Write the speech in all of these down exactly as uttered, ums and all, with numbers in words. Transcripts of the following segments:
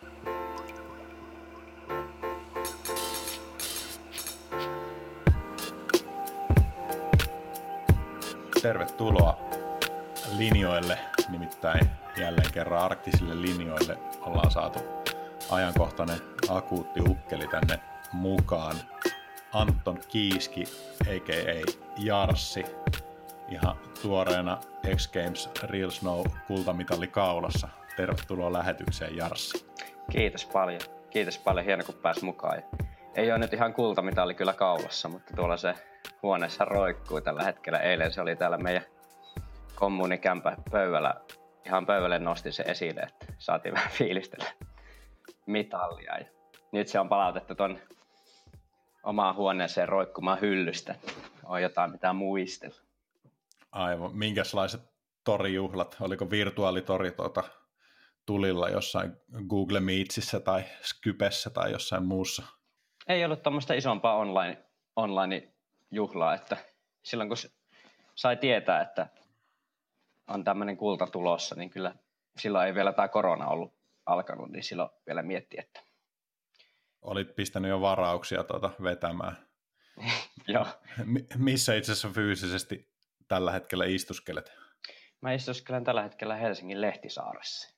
Tervetuloa linjoille, nimittäin jälleen kerran arktisille linjoille ollaan saatu ajankohtainen akuutti ukkeli tänne mukaan. Anton Kiiski, a k a. Jarssi, ihan tuoreena X Games Real Snow kultamitali kaulassa. Tervetuloa lähetykseen, Jarssi. Kiitos paljon. Kiitos paljon, hieno kun pääsi mukaan. Ei ole nyt ihan kultamitali kyllä kaulassa, mutta tuolla se huoneessa roikkuu tällä hetkellä. Eilen se oli täällä meidän kommunikämpä pöydällä. Ihan pöydälle nostin se esille, että saatiin vähän fiilistellä mitallia. Ja nyt se on palautettu ton omaan huoneeseen roikkumaan hyllystä. On jotain mitä muistella. Aivan. Minkälaiset torijuhlat? Oliko virtuaalitori tuota, tulilla jossain Google Meetsissä tai Skypessä tai jossain muussa? Ei ollut tuommoista isompaa online, online-juhlaa, että silloin kun sai tietää, että on tämmöinen kulta tulossa, niin kyllä silloin ei vielä tämä korona ollut alkanut, niin silloin vielä mietti, että... Olit pistänyt jo varauksia tuota vetämään. Joo. M- missä itse asiassa fyysisesti tällä hetkellä istuskelet? Mä istuskelen tällä hetkellä Helsingin Lehtisaaressa.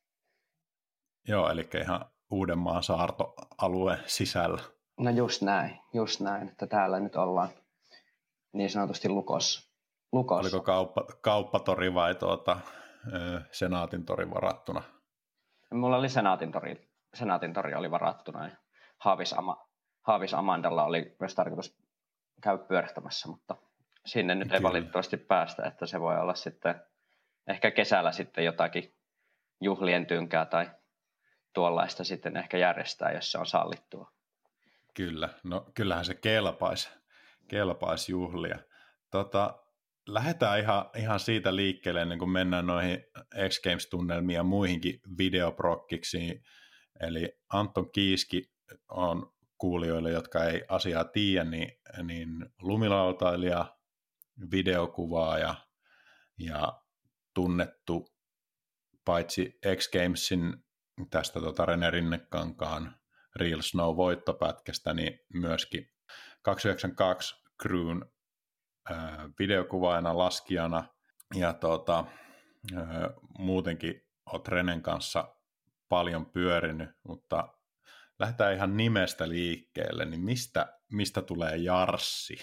Joo, eli ihan Uudenmaan saartoalueen sisällä. No just näin, just näin, että täällä nyt ollaan niin sanotusti lukossa. lukossa. Oliko kauppa, kauppatori vai tuota, Senaatin tori varattuna? Mulla oli Senaatin tori, Senaatin tori oli varattuna ja Haavis, Ama, Haavis Amandalla oli myös tarkoitus käydä pyörähtämässä, mutta sinne nyt Kyllä. ei valitettavasti päästä, että se voi olla sitten ehkä kesällä sitten jotakin juhlien tynkää tai tuollaista sitten ehkä järjestää, jos se on sallittua. Kyllä, no kyllähän se kelpaisi, kelpaisi juhlia. Tota, lähdetään ihan, ihan siitä liikkeelle, ennen kuin mennään noihin X Games-tunnelmiin ja muihinkin videoprokkiksiin. Eli Anton Kiiski on kuulijoille, jotka ei asiaa tiedä, niin, niin lumilautailija, videokuvaaja ja tunnettu paitsi X Gamesin tästä tota Rene Rinnekankaan Real Snow voittopätkästä, niin myöskin kaksisataayhdeksänkymmentäkaksi crewn ää, videokuvaajana, laskijana ja tota, ää, muutenkin olet Renen kanssa paljon pyörinyt, mutta lähdetään ihan nimestä liikkeelle, niin mistä, mistä tulee Jarssi?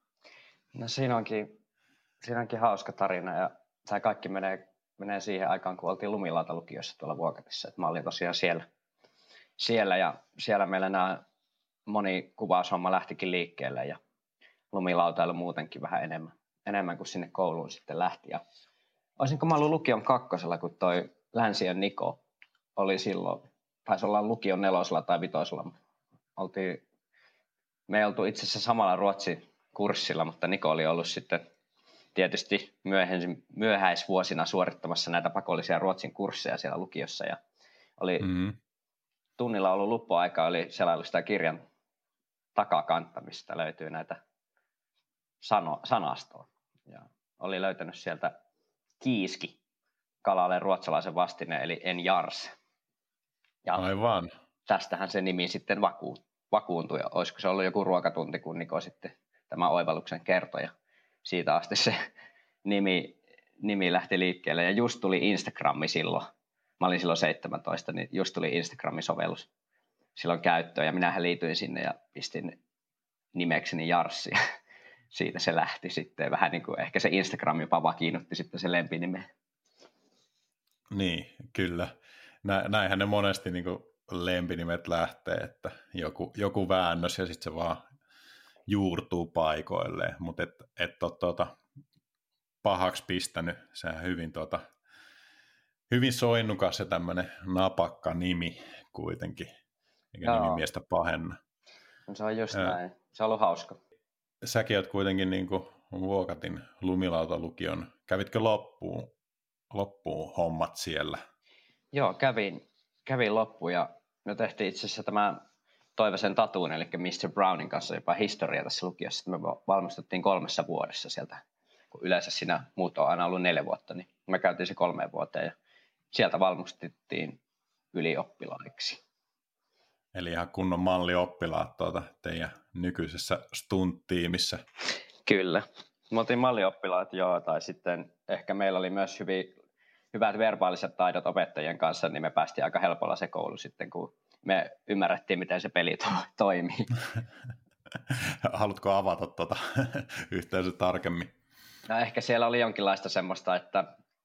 No siinä onkin, siinä onkin hauska tarina ja tämä kaikki menee, menee siihen aikaan, kun oltiin lumilautalukijossa tuolla Vuokatissa, että mä olin tosiaan siellä. Siellä ja siellä meillä nämä moni kuvaushomma lähtikin liikkeelle ja lumilautailu muutenkin vähän enemmän, enemmän kuin sinne kouluun sitten lähti. Ja olisinko mä ollut lukion kakkosella, kun toi Länsiön Niko oli silloin, taisi olla lukion nelosella tai vitosella. Oltiin, me ei oltu itse asiassa samalla Ruotsin kurssilla, mutta Niko oli ollut sitten tietysti myöhäisvuosina suorittamassa näitä pakollisia Ruotsin kursseja siellä lukiossa ja oli... Mm-hmm. Tunnilla ollut luppuaika, oli selailu sitä kirjan takakantta, mistä löytyy näitä sano, sanastoa. Ja oli löytänyt sieltä Kiiski kalalle ruotsalaisen vastineen, eli en Jars. Ja Aivan. Tästähän se nimi sitten vaku, vakuuntui. Olisiko se ollut joku ruokatunti, kun Niko sitten tämä oivalluksen kertoi. Ja siitä asti se nimi, nimi lähti liikkeelle. Ja just tuli Instagrammi silloin. Mä olin silloin seitsemäntoista, niin just tuli Instagramin sovellus silloin käyttöön ja minähän liityin sinne ja pistin nimekseni Jarssi. Siitä se lähti sitten vähän niin kuin ehkä se Instagram jopa vakiinnutti sitten se lempinime. Niin, kyllä. Nä, näinhän ne monesti niin kuin lempinimet lähtee, että joku, joku väännös ja sitten se vaan juurtuu paikoilleen, mutta et, et ole tuota pahaksi pistänyt, sehän hyvin tuota Hyvin soinnukas ja tämmöinen napakka nimi kuitenkin, eikä Joo. nimimiestä pahenna. No se on just Ää, näin. Se on ollut hauska. Säkin oot kuitenkin niin kuin Vuokatin lumilautalukion. Kävitkö loppuun, loppuun hommat siellä? Joo, kävin, kävin loppuun ja me tehtiin itse asiassa tämä Toivosen Tatuun, eli mister Brownin kanssa jopa historia tässä lukiossa. Me valmistuttiin kolmessa vuodessa sieltä, kun yleensä siinä muut on aina ollut neljä vuotta, niin me käytiin se kolmeen vuoteen ja sieltä valmistuttiin ylioppilaiksi. Eli ihan kunnon mallioppilaat tuota teidän nykyisessä stunt-tiimissä. Kyllä. Me oltiin mallioppilaat, joo, tai sitten ehkä meillä oli myös hyvin, hyvät verbaaliset taidot opettajien kanssa, niin me päästiin aika helpolla se koulu sitten, kun me ymmärrettiin, miten se peli to- toimii. Haluatko avata tuota yhteisö tarkemmin? No ehkä siellä oli jonkinlaista semmoista, että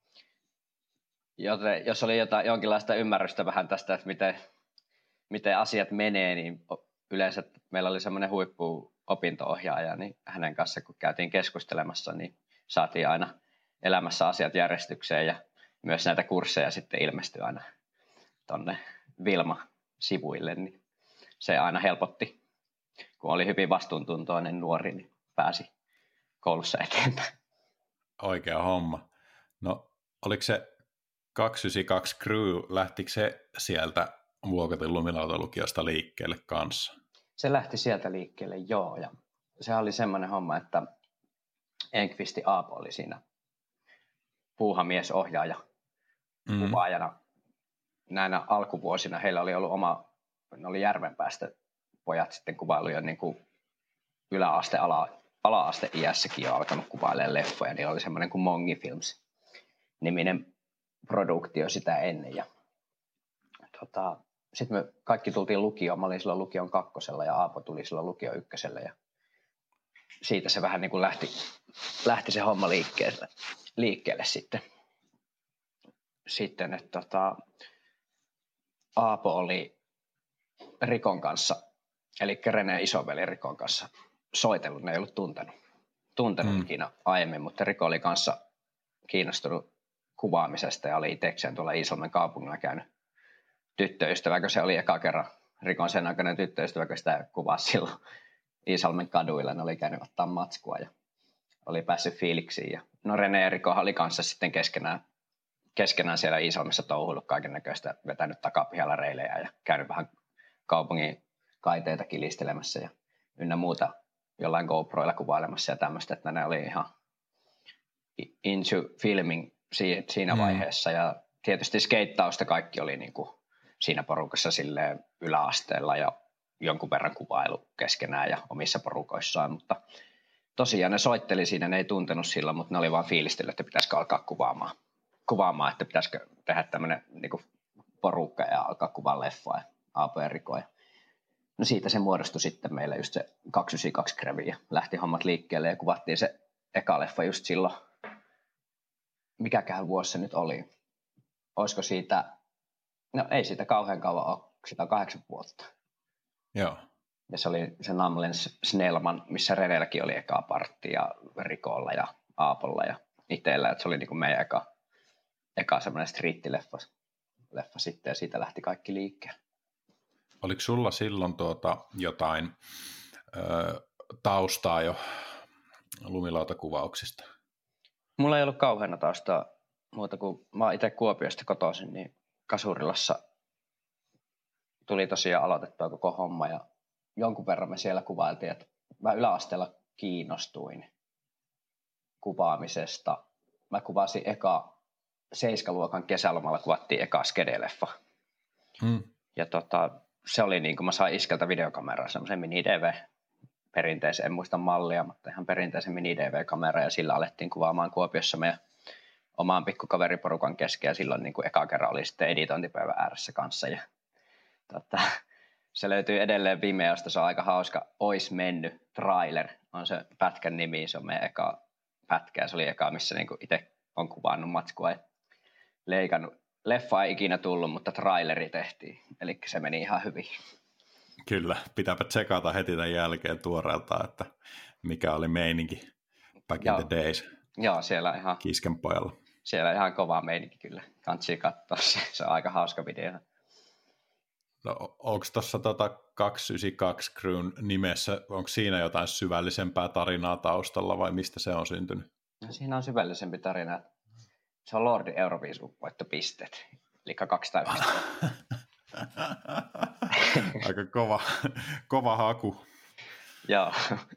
joten, jos oli jotain, jonkinlaista ymmärrystä vähän tästä, että miten, miten asiat menee, niin yleensä meillä oli semmoinen huippu-opinto-ohjaaja, niin hänen kanssa kun käytiin keskustelemassa, niin saatiin aina elämässä asiat järjestykseen ja myös näitä kursseja sitten ilmestyi aina tonne Vilma-sivuille, niin se aina helpotti. Kun oli hyvin vastuuntuntoinen nuori, niin pääsi koulussa eteenpäin. Oikea homma. No, oliko se kaksisataayhdeksänkymmentäkaksi Crew, lähtikö se sieltä Vuokatin lumilautailulukiosta liikkeelle kanssa? Se lähti sieltä liikkeelle, joo. Ja se oli semmoinen homma, että Enqvisti Aapo oli siinä puuhamiesohjaaja mm. kuvaajana. Näinä alkuvuosina heillä oli ollut oma, ne oli Järvenpäästä pojat sitten kuvailu jo niin kuin yläaste, ala, ala-aste iässäkin jo alkanut kuvailemaan leffoja. Niillä oli semmoinen kuin Mongi Films -niminen produktio sitä ennen. Ja, tota, sitten me kaikki tultiin lukioon. Mä olin silloin lukion kakkosella ja Aapo tuli silloin lukion ykkösellä. Ja siitä se vähän niin kuin lähti, lähti se homma liikkeelle, liikkeelle sitten. Sitten, että tota, Aapo oli Rikon kanssa, eli Rene isoveli Rikon kanssa soitellut. Ne ei ollut tuntenut, tuntenut mm. ikinä aiemmin, mutta Riko oli kanssa kiinnostunut kuvaamisesta ja oli itsekseen tuolla Iisalmen kaupungilla käynyt tyttöystävä, kun se oli eka kerran Rikon sen aikainen tyttöystävä, kun sitä kuvasi silloin Iisalmen kaduilla. Ne oli käynyt ottaa matskua ja oli päässyt fiiliksiin. Ja no Rene ja Riko oli kanssa sitten keskenään, keskenään siellä Iisalmessa touhullut kaiken näköistä, vetänyt takapihalla reilejä ja käynyt vähän kaupungin kaiteita kilistelemässä ja ynnä muuta jollain GoProilla kuvailemassa ja tämmöistä, että ne oli ihan into filming siinä vaiheessa. Mm. Ja tietysti skeittausta kaikki oli niin kuin siinä porukassa silleen yläasteella ja jonkun verran kuvailu keskenään ja omissa porukoissaan, mutta tosiaan ne soitteli siinä, ne ei tuntenut silloin, mutta ne oli vaan fiilistellyt, että pitäisikö alkaa kuvaamaan, kuvaamaan että pitäisikö tehdä tämmöinen niin kuin porukka ja alkaa kuvaa leffaa ja Aapo ja Riko. No siitä se muodostui sitten meille just se kaksisataayhdeksänkymmentäkaksi Crew ja lähti hommat liikkeelle ja kuvattiin se eka leffa just silloin, mikäköhän vuosi se nyt oli. Olisiko siitä, no ei siitä kauhean kauan ole, sitä on kahdeksan vuotta. Joo. Ja se oli se Namlens Snellman, missä Renelläkin oli eka partti ja Rikolla ja Aapolla ja itsellä, että se oli niin kuin meidän eka, eka semmoinen striittileffa leffa sitten ja siitä lähti kaikki liikkeelle. Oliko sulla silloin tuota jotain ö, taustaa jo lumilautakuvauksista? Mulla ei ollut kauheana taustaa muuta kuin mä oon itse Kuopiosta kotoisin, niin Kasurilassa tuli tosiaan aloitettua koko homma ja jonkun verran me siellä kuvailtiin, että mä yläasteella kiinnostuin kuvaamisesta. Mä kuvasin eka seiskaluokan kesälomalla, kuvattiin eka skedeleffa. Hmm. Ja tota, se oli niin kuin mä sain iskeltä videokameraa, semmoisen mini-D V, perinteisen, en muista mallia, mutta ihan perinteisen mini-D V-kamera ja sillä alettiin kuvaamaan Kuopiossa meidän omaan pikkukaveriporukan kesken ja silloin niin kuin eka kerran oli sitten editointipäivän ääressä kanssa ja tota, se löytyy edelleen Vimeosta, se on aika hauska Ois mennyt trailer, on se pätkän nimi, se on meidän eka pätkä, se oli eka, missä niin itse on kuvannut matskua ja leikannut. Leffa ei ikinä tullut, mutta traileri tehtiin, eli se meni ihan hyvin. Kyllä, pitääpä tsekata heti tämän jälkeen tuoreelta, että mikä oli meininki back in the days. Joo, siellä ihan Kiskenpojalla. Siellä ihan kova meininki kyllä, kansi katsoa, se, se on aika hauska video. No, onko tuossa tota kaksisataayhdeksänkymmentäkaksi Crewn nimessä, onko siinä jotain syvällisempää tarinaa taustalla vai mistä se on syntynyt? No, siinä on syvällisempi tarina. Se on Lordi Euroviisun voittopisteet, eli kaksisataa pistettä. Aika kova, kova haku. Joo.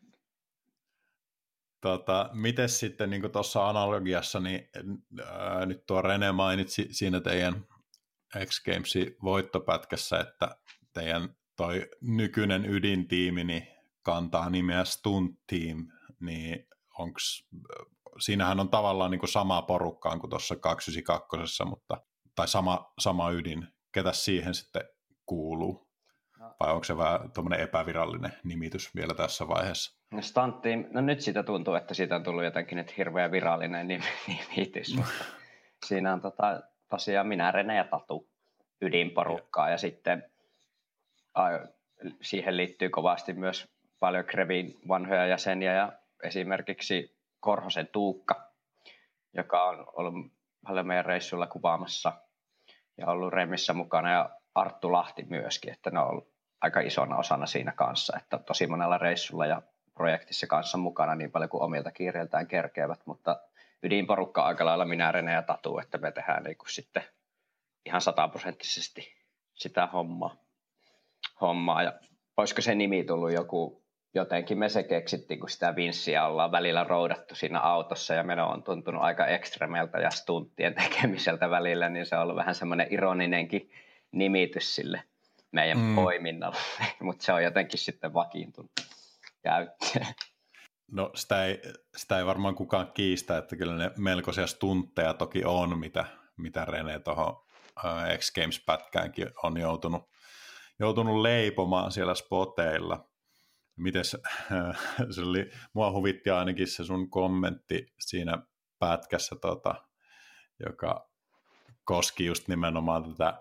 Tota, mites sitten niin tuossa analogiassa, niin ää, nyt tuo Rene mainitsi siinä teidän X Gamesin voittopätkässä, että teidän toi nykyinen ydintiimi niin kantaa nimeä Stunt Team, niin onks, siinähän on tavallaan niin kuin samaa porukkaa kuin tuossa kaksisataayhdeksänkymmentäkaksi, mutta, tai sama, sama ydin. Ketäs siihen sitten kuuluu? Vai onko se vähän tuommoinen epävirallinen nimitys vielä tässä vaiheessa? No, Stunt Team, no nyt siitä tuntuu, että siitä on tullut jotenkin nyt hirveän virallinen nimitys. Siinä on tota, tosiaan minä, Rene ja Tatu ydinporukkaa, ja, ja sitten a, siihen liittyy kovasti myös paljon Krevin vanhoja jäseniä, ja esimerkiksi Korhosen Tuukka, joka on ollut paljon meidän reissuilla kuvaamassa ja ollut Remissä mukana, ja Arttu Lahti myöskin, että ne on ollut aika isona osana siinä kanssa, että tosi monella reissulla ja projektissa kanssa mukana niin paljon kuin omilta kiireiltään kerkeävät, mutta ydinporukka aika lailla minä, Rene ja Tatu, että me tehdään niin kuin sitten ihan sataprosenttisesti sitä hommaa. hommaa. Ja olisiko se nimi tullut joku, jotenkin me se keksittiin, kun sitä vinssiä ollaan välillä roudattu siinä autossa ja meno on tuntunut aika ekstremeltä ja stunttien tekemiseltä välillä, niin se on ollut vähän semmoinen ironinenkin nimitys sille meidän mm. poiminnalle, mutta se on jotenkin sitten vakiintunut käyttöön. No sitä ei, sitä ei varmaan kukaan kiistä, että kyllä ne melkoisia stuntteja toki on, mitä, mitä Rene tuohon uh, X Games-pätkäänkin on joutunut, joutunut leipomaan siellä spoteilla. Mites, äh, se oli, mua huvitti ainakin se sun kommentti siinä pätkässä, tota, joka koski just nimenomaan tätä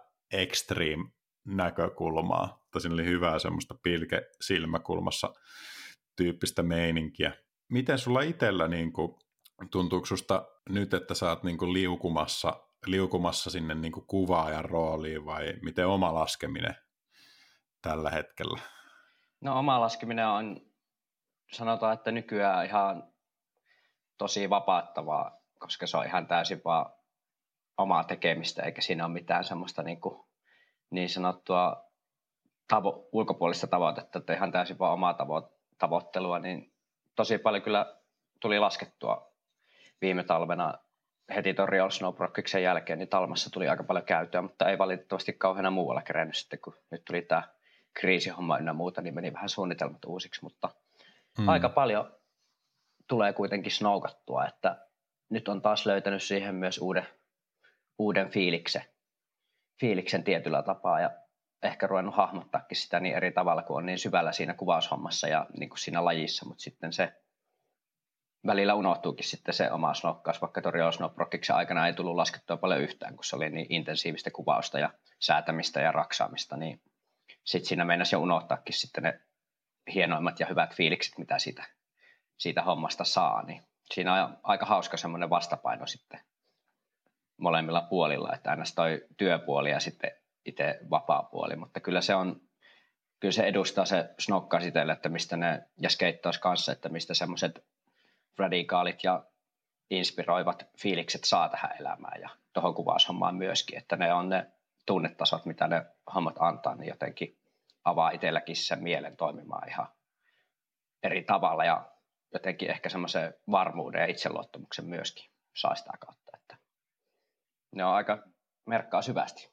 extreme-näkökulmaa. Tosin oli hyvää semmoista pilke silmäkulmassa tyyppistä meininkiä. Miten sulla itsellä niin kuin, tuntuuko susta nyt, että sä oot niin kuin liukumassa, liukumassa sinne niin kuin kuvaajan rooliin vai miten oma laskeminen tällä hetkellä? No oma laskeminen on, sanotaan, että nykyään ihan tosi vapauttavaa, koska se on ihan täysin vaan omaa tekemistä, eikä siinä ole mitään semmoista niin, kuin, niin sanottua tavo- ulkopuolista tavoitetta, että ihan täysin vaan omaa tavo- tavoittelua, niin tosi paljon kyllä tuli laskettua viime talvena heti tuon Real Snowbrockiksen jälkeen, niin Talmassa tuli aika paljon käytöä, mutta ei valitettavasti kauheana muualla kerennyt sitten, kun nyt tuli tämä kriisihomma ynnä muuta, niin meni vähän suunnitelmat uusiksi, mutta hmm. aika paljon tulee kuitenkin snoukattua, että nyt on taas löytänyt siihen myös uuden, uuden fiiliksen, fiiliksen tietyllä tapaa ja ehkä ruvennut hahmottaakin sitä niin eri tavalla, kun on niin syvällä siinä kuvaushommassa ja niin kuin siinä lajissa, mutta sitten se välillä unohtuukin sitten se oma snokkaus, vaikka tuon Real Snowbrockiksen aikana ei tullut laskettua paljon yhtään, kun se oli niin intensiivistä kuvausta ja säätämistä ja raksaamista, niin sitten siinä meinasi jo unohtaakin sitten ne hienoimmat ja hyvät fiilikset, mitä siitä, siitä hommasta saa. Niin siinä on aika hauska semmoinen vastapaino sitten molemmilla puolilla, että aina toi työpuoli ja sitten itse vapaa puoli. Mutta kyllä se, on, kyllä se edustaa se snokkaus itselle, että mistä ne, ja skeittaus kanssa, että mistä semmoiset radikaalit ja inspiroivat fiilikset saa tähän elämään ja tuohon kuvaushommaan myöskin, että ne on ne tunnetasot, mitä ne hommat antaa, niin jotenkin avaa itselläkin sen mielen toimimaan ihan eri tavalla ja jotenkin ehkä semmoisen varmuuden ja itseluottamuksen myöskin saa sitä kautta, että ne on aika merkkaa syvästi.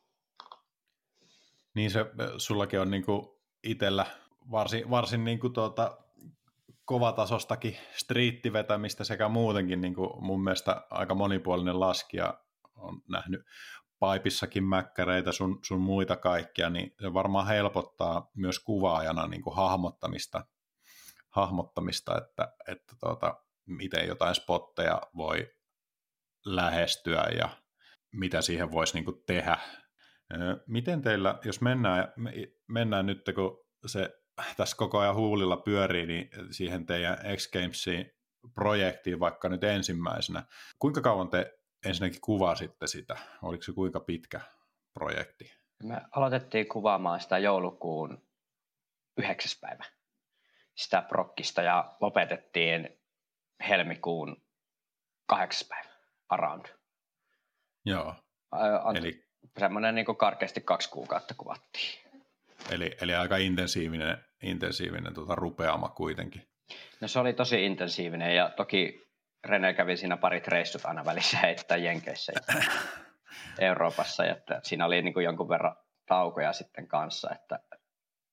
Niin se sullakin on niinku itsellä varsin, varsin niinku tuota kovatasostakin striittivetämistä sekä muutenkin niinku mun mielestä aika monipuolinen laskija on nähnyt paipissakin mäkkäreitä, sun, sun muita kaikkia, niin se varmaan helpottaa myös kuvaajana niin kuin hahmottamista, hahmottamista, että, että tuota, miten jotain spotteja voi lähestyä ja mitä siihen voisi niin kuin tehdä. Miten teillä, jos mennään, mennään nyt, kun se tässä koko ajan huulilla pyörii, niin siihen teidän X Gamesiin projektiin vaikka nyt ensimmäisenä, kuinka kauan te ensinnäkin kuvasitte sitä? Oliko se kuinka pitkä projekti? Me aloitettiin kuvaamaan sitä joulukuun yhdeksäs päivä sitä prokkista ja lopetettiin helmikuun kahdeksas päivä around. Joo. Ant- eli semmoinen niin kuin karkeasti kaksi kuukautta kuvattiin. Eli, eli aika intensiivinen, intensiivinen tuota rupeama kuitenkin. No se oli tosi intensiivinen ja toki Rene kävi siinä parit reissut aina välissä heittää Jenkeissä ja Euroopassa, että siinä oli niin kuin jonkun verran taukoja sitten kanssa, että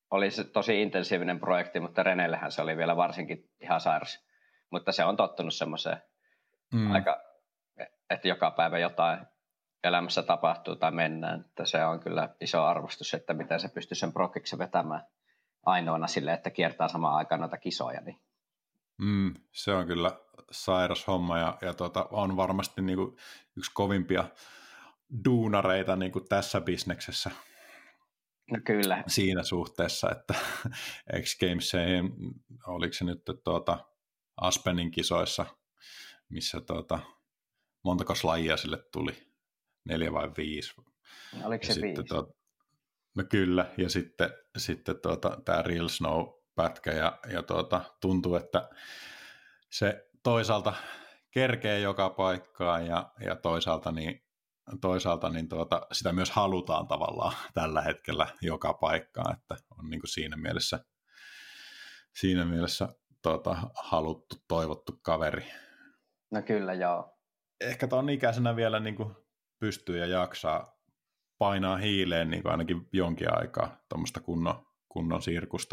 oli se tosi intensiivinen projekti, mutta Renellehän se oli vielä varsinkin ihan sairas. Mutta se on tottunut semmoiseen mm. aika, että joka päivä jotain elämässä tapahtuu tai mennään. Että se on kyllä iso arvostus, että miten se pystyy sen prokiksen vetämään ainoana sille, että kiertää samaan aikaan noita kisoja. Niin. Mm, se on kyllä sairas homma ja, ja tota, on varmasti niinku yksi kovimpia duunareita niinku tässä bisneksessä. No kyllä. Siinä suhteessa, että X Gameseihin, oliko se nyt tuota Aspenin kisoissa, missä tuota, montakos lajia sille tuli? Neljä vai viisi? Oliko se viisi? Tuota, no kyllä, ja sitten, sitten tuota, tämä Real Snow-pätkä, ja, ja tuota, tuntuu, että se toisaalta kerkee joka paikkaan, ja, ja toisaalta niin Toisaalta niin tuota, sitä myös halutaan tavallaan tällä hetkellä joka paikkaan, että on niin kuin siinä mielessä, siinä mielessä tuota, haluttu, toivottu kaveri. No kyllä, joo. Ehkä tuon ikäisenä vielä niin kuin pystyy ja jaksaa painaa hiileen niin kuin ainakin jonkin aikaa tuommoista kunnon, kunnon sirkusta.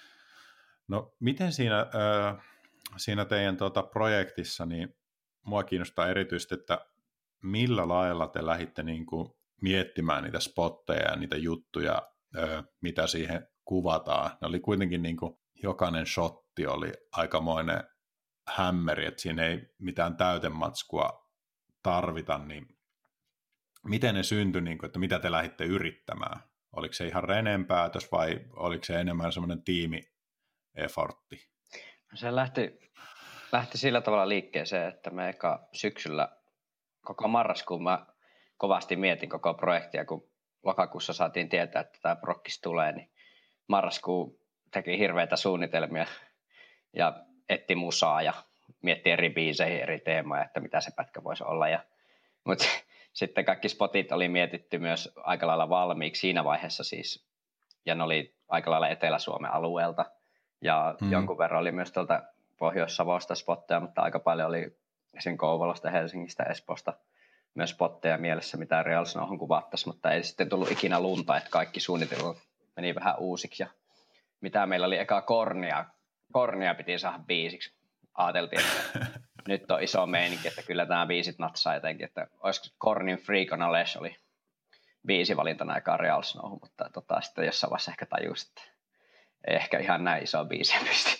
No miten siinä, äh, siinä teidän tuota, projektissa, niin mua kiinnostaa erityisesti, että millä lailla te lähditte niin kuin miettimään niitä spotteja ja niitä juttuja, mitä siihen kuvataan? Ne oli kuitenkin niin kuin, jokainen shotti oli aikamoinen hämmeri, että siinä ei mitään täytematskua tarvita, niin miten ne syntyi, niin kuin, että mitä te lähditte yrittämään? Oliko se ihan Renen päätös vai oliko se enemmän semmoinen tiimi-effortti? Se lähti, lähti sillä tavalla liikkeeseen, että me eka syksyllä koko marraskuun mä kovasti mietin koko projektia, kun lokakuussa saatiin tietää, että tämä prokkis tulee, niin marraskuu teki hirveitä suunnitelmia ja etti musaa ja mietti eri biiseihin eri teemoja, että mitä se pätkä voisi olla. Ja, mutta sitten kaikki spotit oli mietitty myös aika lailla valmiiksi siinä vaiheessa siis, ja ne oli aika lailla Etelä-Suomen alueelta, ja mm. jonkun verran oli myös tuolta Pohjois-Savosta spotteja, mutta aika paljon oli esimerkiksi Kouvolasta, Helsingistä, Espoosta myös spotteja mielessä, mitä Real Snowhun kuvattaisiin, mutta ei sitten tullut ikinä lunta, että kaikki suunnitelmat meni vähän uusiksi. Ja mitä meillä oli eka Kornia, Kornia piti saada biisiksi. Ajateltiin, että nyt on iso meininki, että kyllä nämä biisit natsaa jotenkin, että olisiko Kornin Freak on a Leash oli biisi valintana eka Real Snowhun, mutta tota, sitten jossain vaiheessa ehkä tajusi, että ei ehkä ihan näin iso biisiä pysty,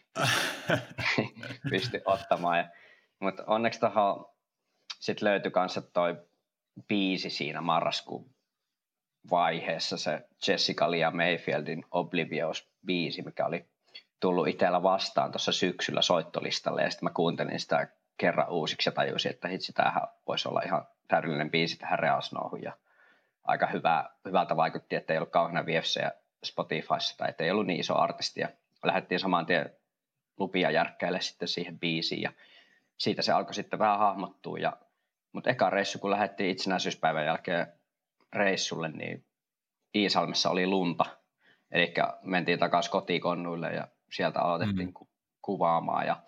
pysty ottamaan. Ja mutta onneksi tuohon sitten löytyi kanssa toi biisi siinä marraskuun vaiheessa, se Jessica Lia Mayfieldin Oblivious-biisi, mikä oli tullut itsellä vastaan tuossa syksyllä soittolistalle, ja sitten mä kuuntelin sitä kerran uusiksi ja tajusin, että hitsi, tämähän voisi olla ihan täydellinen biisi tähän Real Snowhun, ja aika hyvä, hyvältä vaikutti, että ei ollut kauheana viefsejä Spotifyssa, tai että ei ollut niin iso artisti, ja lähdettiin saman tien lupia järkkäille sitten siihen biisiin, ja siitä se alkoi sitten vähän hahmottua. Ja, mutta eka reissu, kun lähdettiin itsenäisyyspäivän jälkeen reissulle, niin Iisalmessa oli lunta. Eli mentiin takaisin kotikonnuille ja sieltä aloitettiin mm. ku- kuvaamaan. Ja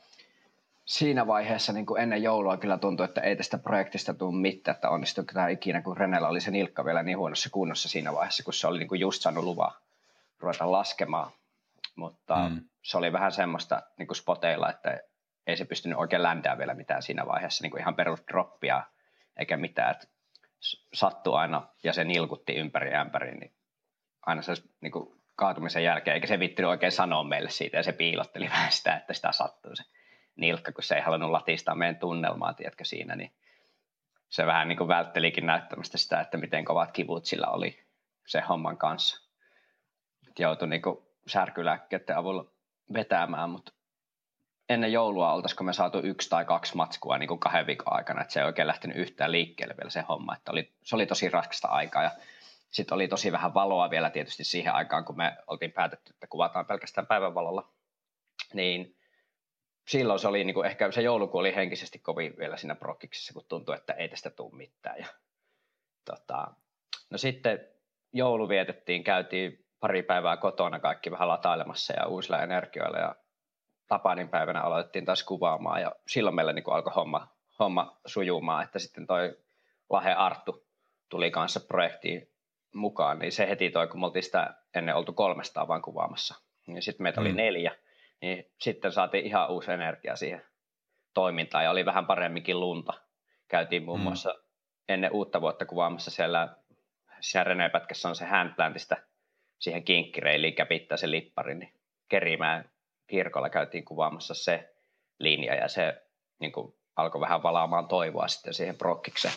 siinä vaiheessa niin kuin ennen joulua kyllä tuntui, että ei tästä projektista tule mitään, että onnistuiko tämä ikinä, kun Renellä oli se nilkka vielä niin huonossa kunnossa siinä vaiheessa, kun se oli niin kuin just saanut luvan ruveta laskemaan. Mutta mm. se oli vähän semmoista niin kuin spoteilla, että ei se pystynyt oikein ländää vielä mitään siinä vaiheessa, niin kuin ihan perusdroppia eikä mitään. Että sattui aina ja se nilkutti ympäri ämpäri, niin aina se niin kuin kaatumisen jälkeen, eikä se vittinyt oikein sanoa meille siitä, ja se piilotteli vähän sitä, että sitä sattuu se nilkka, kun se ei halunnut latistaa meidän tunnelmaa, tiedätkö siinä, niin se vähän niin kuin välttelikin näyttämästä sitä, että miten kovat kivut sillä oli se homman kanssa. Joutui niin kuin särkylääkkeiden avulla vetämään, mutta ennen joulua oltaisiko me saatu yksi tai kaksi matskua niin kuin kahden viikon aikana, että se ei oikein lähtenyt yhtään liikkeelle vielä se homma, että oli, se oli tosi raskasta aikaa ja sitten oli tosi vähän valoa vielä tietysti siihen aikaan, kun me oltiin päätetty, että kuvataan pelkästään päivänvalolla, niin silloin se oli niin kuin, ehkä se joulukuu oli henkisesti kovin vielä siinä prokkiksessa, kun tuntui, että ei tästä tule mitään. Ja, tota, no sitten joulu vietettiin, käytiin pari päivää kotona kaikki vähän latailemassa ja uusilla energioilla ja Tapanin päivänä aloitettiin taas kuvaamaan ja silloin meillä niin kuin alkoi homma, homma sujumaan, että sitten toi Lahe Arttu tuli kanssa projektiin mukaan, niin se heti toi, kun me oltiin sitä ennen oltu kolmestaan vaan kuvaamassa. Niin sitten meitä mm. oli neljä, niin sitten saatiin ihan uusi energia siihen toimintaan ja oli vähän paremminkin lunta. Käytiin muun muassa mm. ennen uutta vuotta kuvaamassa siellä, siellä René-pätkässä on se handplantista siihen kinkkireiliin käpittää se lippari, niin Kerimäen kirkolla käytiin kuvaamassa se linja ja se niin kuin, alkoi vähän valaamaan toivoa sitten siihen prokkikseen.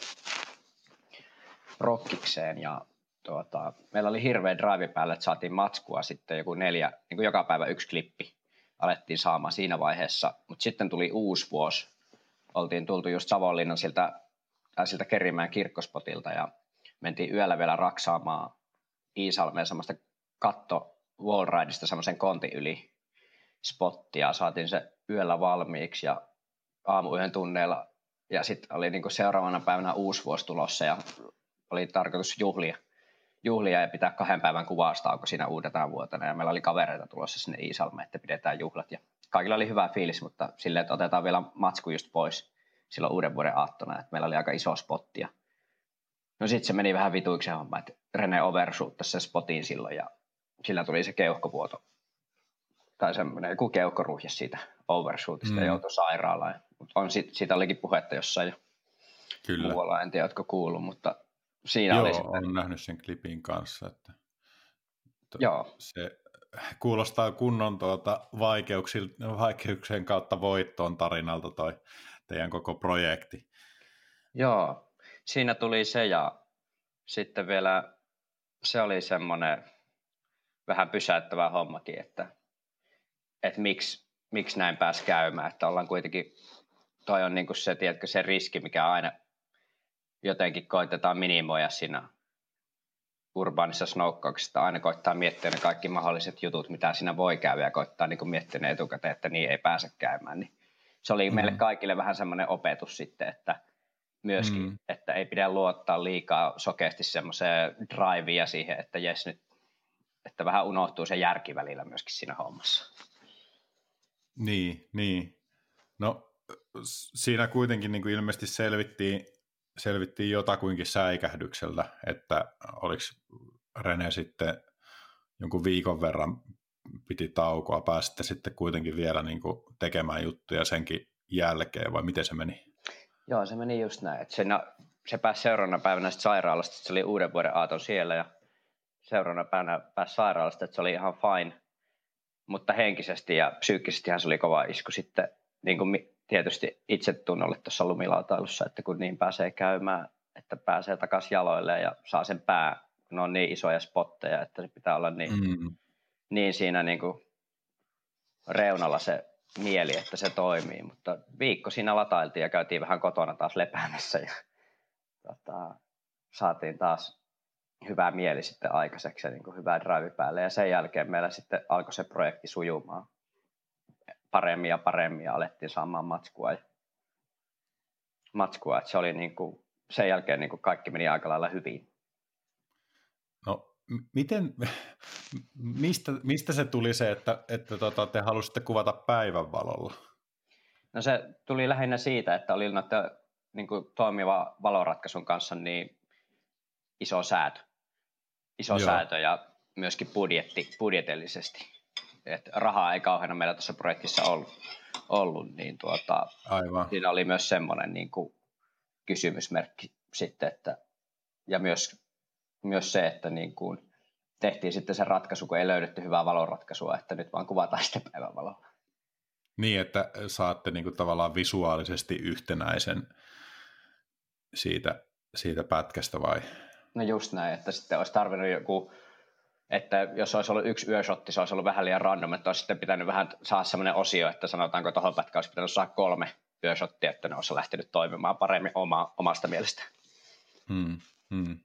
prokkikseen ja tuota, meillä oli hirveä drive päällä, että saatiin matskua sitten joku neljä, niin kuin joka päivä yksi klippi alettiin saamaan siinä vaiheessa, mutta sitten tuli uusi vuosi, oltiin tultu just Savonlinnan siltä, äh, siltä Kerimäen kirkkospotilta ja mentiin yöllä vielä raksaamaan Iisalmeen semmoista katto wallrideista semmoisen kontin yli spottia, saatiin se yöllä valmiiksi ja aamuyhden tunneilla ja sitten oli niinku seuraavana päivänä uusi vuosi tulossa ja oli tarkoitus juhlia, juhlia ja pitää kahden päivän kuvaustauko siinä uutena vuotena ja meillä oli kavereita tulossa sinne Iisalmeen, että pidetään juhlat ja kaikilla oli hyvä fiilis, mutta silleen, että otetaan vielä matsku just pois silloin uuden vuoden aattona, että meillä oli aika iso spotti ja no sitten se meni vähän vituiksi homma, että René overshootasi sen spotin silloin ja sillä tuli se keuhkovuoto tai semmoinen joku keuhkoruhje siitä overshootista mm. ja joutui sairaalaan. Mutta on sit, siitä olikin puhetta jossain jo Kyllä. muualla, en tiedä, oletko kuullut, mutta siinä Joo, oli sitten. olen nähnyt sen klipin kanssa, että Joo. Se kuulostaa kunnon tuota vaikeuksien kautta voittoon tarinalta toi teidän koko projekti. Joo, siinä tuli se ja sitten vielä se oli semmoinen vähän pysäyttävä hommakin, että, että miksi, miksi näin pääsi käymään, että ollaan kuitenkin, toi on niin kuin se, tiedätkö, se riski, mikä aina jotenkin koitetaan minimoida siinä urbaanissa snowkauksessa, aina koittaa miettiä ne kaikki mahdolliset jutut, mitä siinä voi käydä ja koittaa niin kuin miettiä ne etukäteen, että niin ei pääse käymään, niin se oli mm. meille kaikille vähän semmoinen opetus sitten, että myöskin, mm. että ei pidä luottaa liikaa sokeasti semmoiseen drivea siihen, että jes nyt, että vähän unohtuu se järki välillä myöskin siinä hommassa. Niin, niin. No siinä kuitenkin niin kuin ilmeisesti selvittiin, selvittiin jotakuinkin säikähdykseltä, että oliko René sitten jonkun viikon verran piti taukoa, pääsitte sitten kuitenkin vielä niin kuin tekemään juttuja senkin jälkeen, vai miten se meni? Joo, se meni just näin, että se, se pääsi seuraavana päivänä sitten sairaalasta, että se oli uuden vuoden aaton siellä ja seuraavana päivänä pääsi sairaalasta, että se oli ihan fine, mutta henkisesti ja psyykkisestihän se oli kova isku sitten niin kuin tietysti itsetunnolle tuossa lumilautailussa, että kun niin pääsee käymään, että pääsee takaisin jaloille ja saa sen pää, kun on niin isoja spotteja, että se pitää olla niin, mm. niin siinä niin kuin reunalla se mieli, että se toimii, mutta viikko siinä latailtiin ja käytiin vähän kotona taas lepäämässä ja tota, saatiin taas hyvä mieli sitten aikaiseksi ja niin kuin hyvä drive päälle ja sen jälkeen meillä sitten alkoi se projekti sujumaan paremmin ja paremmin ja alettiin saamaan matskua ja matskua, että se oli niin kuin, sen jälkeen niin kuin kaikki meni aika lailla hyvin. No miten, mistä, mistä se tuli se, että, että tota, te halusitte kuvata päivänvalolla? No se tuli lähinnä siitä, että oli noita niin kuin toimiva valoratkaisun kanssa niin iso säätö. Iso Joo. säätö ja myöskin budjetti, budjetellisesti. Et rahaa ei kauheana meillä tuossa projektissa ollut, ollut niin tuota, Aivan. Siinä oli myös semmoinen niin kuin kysymysmerkki sitten, että, ja myös, myös se, että niin kuin tehtiin sitten se ratkaisu, kun ei löydetty hyvää valonratkaisua, että nyt vaan kuvataan sitten päivänvalolla. Niin, että saatte niin kuin tavallaan visuaalisesti yhtenäisen siitä, siitä pätkästä vai? No just näin, että sitten olisi tarvinnut joku, että jos olisi ollut yksi yöshotti, se olisi ollut vähän liian random, että olisi sitten pitänyt vähän saada semmoinen osio, että sanotaanko tuohon pätkään olisi pitänyt saada kolme yöshottia, että ne olisi lähtenyt toimimaan paremmin oma, omasta mielestä. Hmm, hmm.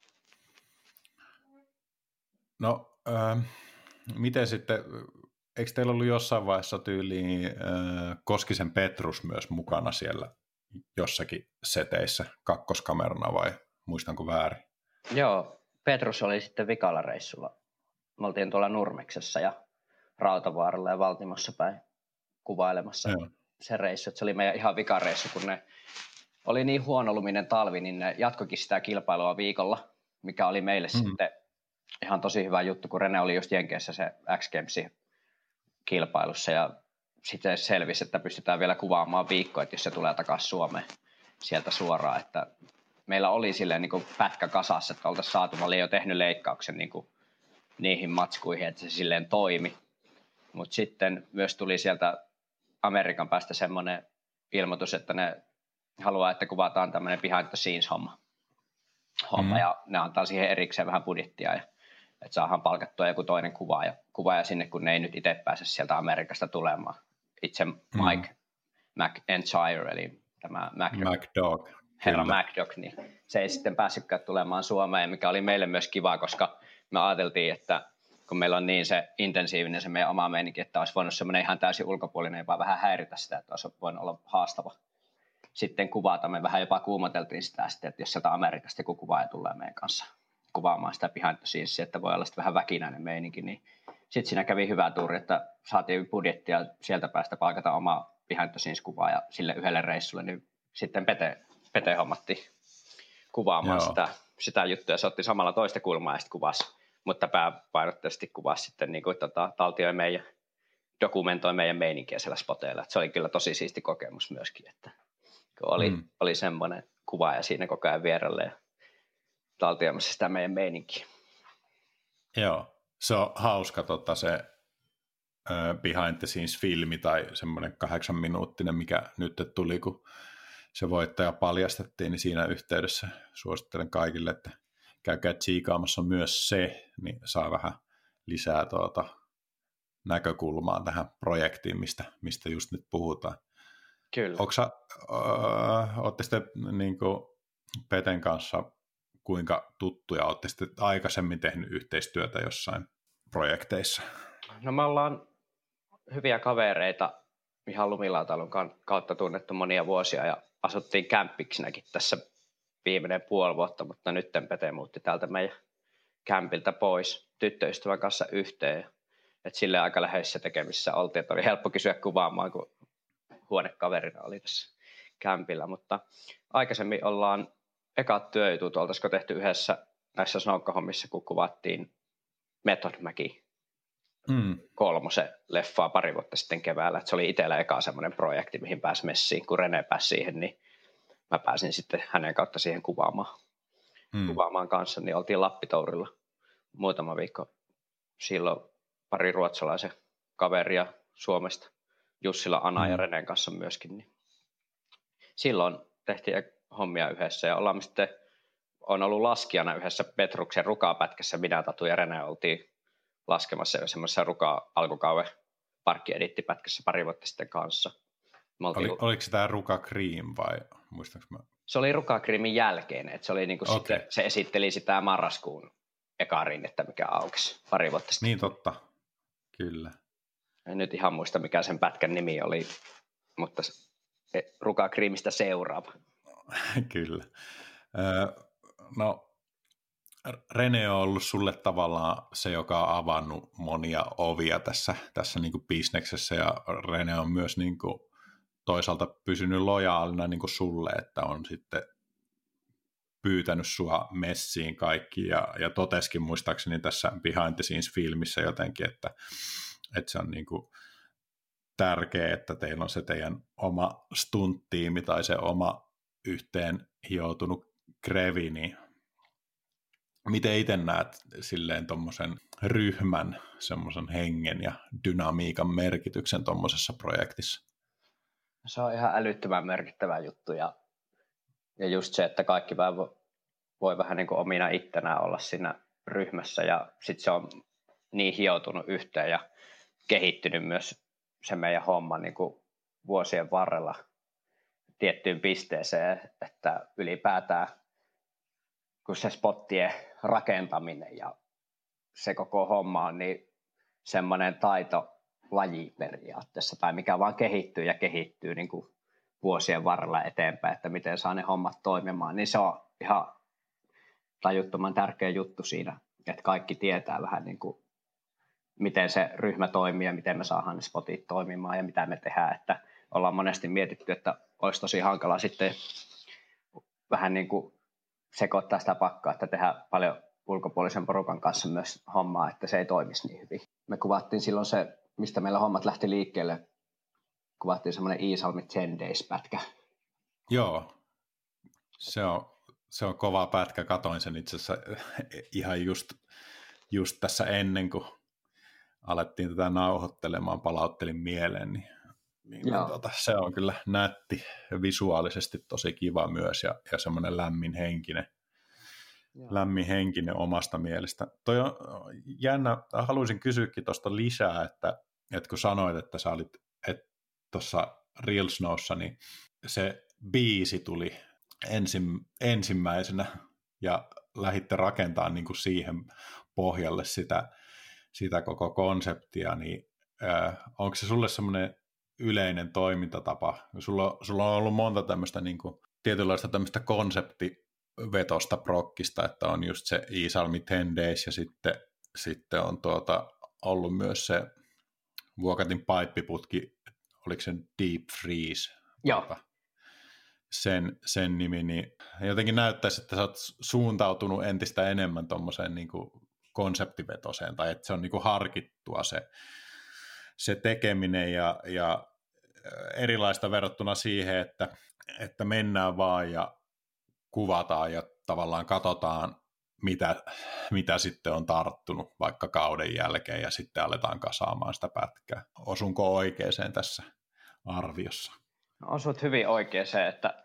No, äh, miten sitten, eikö teillä ollut jossain vaiheessa tyyliin äh, Koskisen Petrus myös mukana siellä jossakin seteissä kakkoskamerana vai muistanko väärin? Joo, Petrus oli sitten vikalla reissulla. Me oltiin tuolla Nurmeksessa ja Rautavaaralla ja Valtimossa päin kuvailemassa Joo. se reissu. Se oli meidän ihan vikareissu, kun ne oli niin huonoluminen talvi, niin ne jatkoikin sitä kilpailua viikolla. mikä oli meille Mm. sitten ihan tosi hyvä juttu, kun Rene oli just Jenkeissä se X Gamesin kilpailussa ja sitten selvisi, että pystytään vielä kuvaamaan viikkoa, että jos se tulee takaisin Suomeen sieltä suoraan, että meillä oli silleen niin kuin pätkä kasassa, että oltaisiin saatu, mä olin jo tehnyt leikkauksen niin kuin niihin matskuihin, että se silleen toimi, mutta sitten myös tuli sieltä Amerikan päästä semmoinen ilmoitus, että ne haluaa, että kuvataan tämmöinen behind the scenes homma, homma mm. ja ne antaa siihen erikseen vähän budjettia ja että saadaan palkattua joku toinen kuvaaja, kuvaaja sinne, kun ne ei nyt itse pääse sieltä Amerikasta tulemaan. Itse Mike mm. McIntyre, eli tämä MacDog, herra MacDog, niin se ei sitten päässytkään tulemaan Suomeen, mikä oli meille myös kiva, koska me ajateltiin, että kun meillä on niin se intensiivinen se meidän oma meininki, että olisi voinut semmoinen ihan täysin ulkopuolinen, vaan vähän häiritä sitä, että olisi voinut olla haastava sitten kuvata. Me vähän jopa kuumoteltiin sitä sitten, että jos sieltä Amerikasta joku kuvaaja tulee meidän kanssa kuvaamaan sitä behind the scenes, että voi olla sitten vähän väkinäinen meininki, niin sitten siinä kävi hyvä tuuri, että saatiin budjettia sieltä päästä palkata oma behind the scenes kuvaa ja sille yhdelle reissulle, niin sitten Pete, Pete hommattiin kuvaamaan sitä, sitä juttua ja se otti samalla toista kulmaa ja sitten kuvasi, mutta pääpainotteisesti kuvasi sitten niin kuin, tota, taltioi meidän, dokumentoi meidän meininkiä siellä spoteilla, että se oli kyllä tosi siisti kokemus myöskin, että kun oli, mm. oli semmoinen kuvaaja siinä koko ajan vierelle ja taltioimassa sitä meidän meininkiä. Joo, se on hauska tota, se uh, behind the scenes filmi tai semmoinen kahdeksan minuuttinen, mikä nyt tuli, kun se voittaja paljastettiin, niin siinä yhteydessä suosittelen kaikille, että käykää tsiikaamassa myös se, niin saa vähän lisää tuota näkökulmaa tähän projektiin, mistä, mistä just nyt puhutaan. Kyllä. Oletko uh, ootte sitten niin kuin Peten kanssa kuinka tuttuja, olette sitten aikaisemmin tehnyt yhteistyötä jossain projekteissa? No me ollaan hyviä kavereita ihan Lumilautalon kautta tunnettu monia vuosia ja asuttiin kämppiksinäkin tässä viimeinen puoli vuotta, mutta nyt Pete muutti täältä meidän kämpiltä pois tyttöystävän kanssa yhteen. Että silleen aika läheisissä tekemissä oltiin, että oli helppo kysyä kuvaamaan, kun huonekaverina oli tässä kämpillä, mutta aikaisemmin ollaan ekat työjutut, oltaisiko tehty yhdessä näissä snoukkahommissa, kun kuvattiin Method Macin mm. kolmosen leffaa pari vuotta sitten keväällä. Et se oli itsellä eka semmoinen projekti, mihin pääsi messiin, kun Rene pääsi siihen, niin mä pääsin sitten hänen kautta siihen kuvaamaan, mm. kuvaamaan kanssa, niin oltiin Lappitourilla muutama viikko. Silloin pari ruotsalaisen kaveria Suomesta, Jussila, Ana mm. ja Renen kanssa myöskin. Niin silloin tehtiin hommia yhdessä ja ollaan sitten, on ollut laskijana yhdessä Petruksen rukapätkässä, minä, Tatu ja Rene oltiin laskemassa jo semmoisessa ruka alkukauden parkkiedittipätkässä pari vuotta sitten kanssa. Oli, oliko se tämä Ruka Cream vai muistanko mä? Se oli Ruka Creamin jälkeen, että se, oli niinku okay. sitten, se esitteli sitä marraskuun ekarin, että mikä aukesi pari vuotta sitten. Niin totta, kyllä. En nyt ihan muista mikä sen pätkän nimi oli, mutta Ruka Creamista seuraava. Kyllä. No Rene on ollut sulle tavallaan se, joka on avannut monia ovia tässä, tässä niin kuin bisneksessä ja Rene on myös niin kuin toisaalta pysynyt lojaalina niin kuin sulle, että on sitten pyytänyt sua messiin kaikki ja, ja toteskin muistaakseni tässä Behind the Scenes-filmissä jotenkin, että, että se on niin kuin tärkeää, että teillä on se teidän oma stunt-tiimi tai se oma yhteen hioutunut krevi, niin miten itse näet silleen tommosen ryhmän, semmoisen hengen ja dynamiikan merkityksen tommosessa projektissa? Se on ihan älyttömän merkittävä juttu ja, ja just se, että kaikki vähän voi, voi vähän niin kuin omina ittenään olla siinä ryhmässä ja sitten se on niin hioutunut yhteen ja kehittynyt myös se meidän homma niin kuin vuosien varrella tiettyyn pisteeseen, että ylipäätään kun se spottien rakentaminen ja se koko homma on niin semmoinen taitolaji periaatteessa, tai mikä vaan kehittyy ja kehittyy niin kuin vuosien varrella eteenpäin, että miten saa ne hommat toimimaan, niin se on ihan tajuttoman tärkeä juttu siinä, että kaikki tietää vähän niin kuin miten se ryhmä toimii ja miten me saadaan ne spotit toimimaan ja mitä me tehdään, että ollaan monesti mietitty, että olisi tosi hankala sitten vähän niin kuin sekoittaa sitä pakkaa, että tehdään paljon ulkopuolisen porukan kanssa myös hommaa, että se ei toimisi niin hyvin. Me kuvattiin silloin se, mistä meillä hommat lähti liikkeelle, kuvattiin semmoinen Iisalmi ten days-pätkä. Joo, se on, se on kova pätkä. Katoin sen itse asiassa ihan just, just tässä ennen kuin alettiin tätä nauhoittelemaan, palauttelin mieleen, niin, niin tuota, se on kyllä nätti ja visuaalisesti tosi kiva myös ja, ja semmoinen lämmin henkinen, lämmin henkinen omasta mielestä. Toi on jännä, haluaisin kysyäkin tuosta lisää, että, että kun sanoit, että sä olit tuossa Real Snowssa, niin se biisi tuli ensim, ensimmäisenä ja lähditte rakentamaan niin kuin siihen pohjalle sitä, sitä koko konseptia, niin äh, onko se sulle semmoinen yleinen toimintatapa? Sulla, sulla on ollut monta tämmöistä niin kuin, tietynlaista tämmöistä konseptivetosta prokkista, että on just se Iisalmi ten days ja sitten, sitten on tuota, ollut myös se Vuokatin paippiputki, oliko se Deep Freeze? Joo. Tuota, sen, sen nimi, niin jotenkin näyttäisi, että sä oot suuntautunut entistä enemmän tuommoiseen niin kuin konseptivetoseen, tai että se on niin kuin harkittua se, se tekeminen ja, ja erilaista verrattuna siihen, että, että mennään vaan ja kuvataan ja tavallaan katsotaan, mitä, mitä sitten on tarttunut vaikka kauden jälkeen ja sitten aletaan kasaamaan sitä pätkää. Osunko oikeaan tässä arviossa? No, osut hyvin oikeaan, että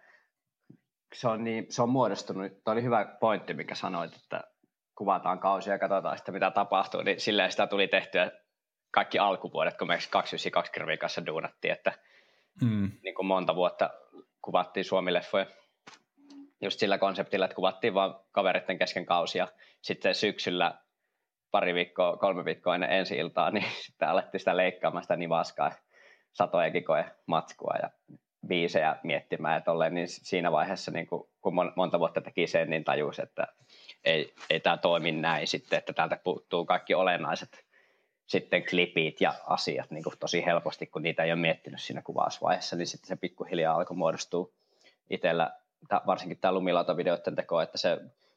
se on, niin, se on muodostunut. Tuo oli hyvä pointti, mikä sanoit, että kuvataan kausia ja katsotaan sitten, mitä tapahtuu. Niin silleen sitä tuli tehtyä kaikki alkuvuodet, kun me kaksisataayhdeksänkymmentäkaksi Kirvin kanssa duunattiin, että mm. niin kuin monta vuotta kuvattiin Suomi-leffoja just sillä konseptilla, että kuvattiin vaan kavereiden kesken kausia. Sitten syksyllä pari viikkoa, kolme viikkoa ennen ensi-iltaa, niin sitten alettiin sitä leikkaamaan sitä nivaskaa, satoekikoja, matskua ja biisejä miettimään ja tolleen, niin siinä vaiheessa, niin kun, kun monta vuotta teki sen, niin tajusi, että ei, ei tämä toimi näin sitten, että täältä puuttuu kaikki olennaiset sitten klipit ja asiat niin kuin tosi helposti, kun niitä ei ole miettinyt siinä kuvausvaiheessa, niin sitten se pikkuhiljaa alkoi muodostua itsellä, varsinkin tämä lumilautavideoiden teko, että se